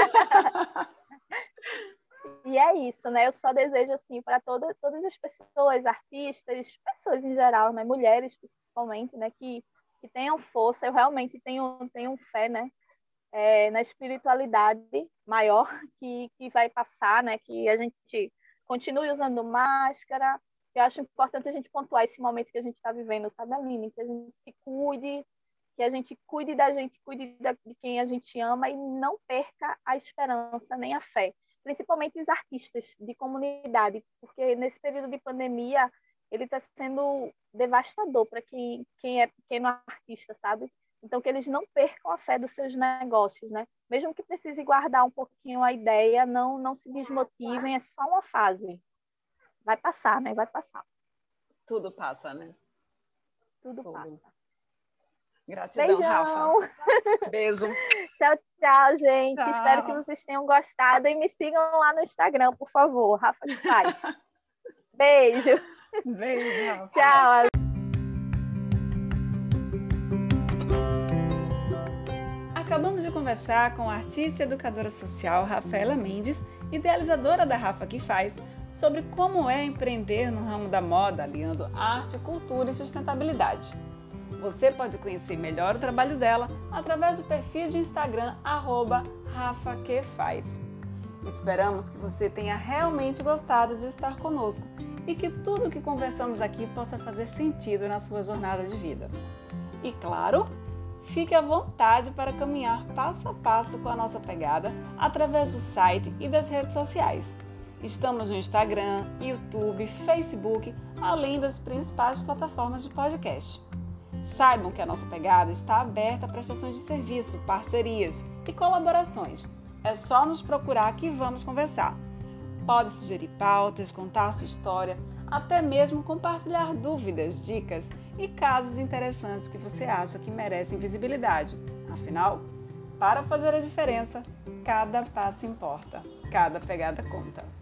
E é isso, né? Eu só desejo, assim, para toda, todas as pessoas, artistas, pessoas em geral, né? Mulheres principalmente, né? Que, que tenham força. Eu realmente tenho, tenho fé, né? É, na espiritualidade maior que, que vai passar, né? Que a gente continue usando máscara. Eu acho importante a gente pontuar esse momento que a gente está vivendo, sabe, Aline? Que a gente se cuide, que a gente cuide da gente, cuide da, de quem a gente ama e não perca a esperança nem a fé. Principalmente os artistas de comunidade, porque nesse período de pandemia ele está sendo devastador para quem, quem é pequeno artista, sabe? Então, que eles não percam a fé dos seus negócios, né? Mesmo que precise guardar um pouquinho a ideia, não, não se desmotivem, é só uma fase. Vai passar, né? Vai passar. Tudo passa, né? Tudo, Tudo. passa. Gratidão, Beijão. Rafa. Beijo. Tchau, tchau, gente. Tchau. Espero que vocês tenham gostado e me sigam lá no Instagram, por favor. Rafa que faz. Beijo. Beijo, Rafa. Tchau. Acabamos de conversar com a artista e educadora social Rafaela Mendes, idealizadora da Rafa que Faz, sobre como é empreender no ramo da moda, aliando arte, cultura e sustentabilidade. Você pode conhecer melhor o trabalho dela através do perfil de Instagram arroba Rafa que Faz. Esperamos que você tenha realmente gostado de estar conosco e que tudo o que conversamos aqui possa fazer sentido na sua jornada de vida. E claro, fique à vontade para caminhar passo a passo com a nossa pegada através do site e das redes sociais. Estamos no Instagram, YouTube, Facebook, além das principais plataformas de podcast. Saibam que a nossa pegada está aberta a prestações de serviço, parcerias e colaborações. É só nos procurar que vamos conversar. Pode sugerir pautas, contar sua história, até mesmo compartilhar dúvidas, dicas e casos interessantes que você acha que merecem visibilidade. Afinal, para fazer a diferença, cada passo importa, cada pegada conta.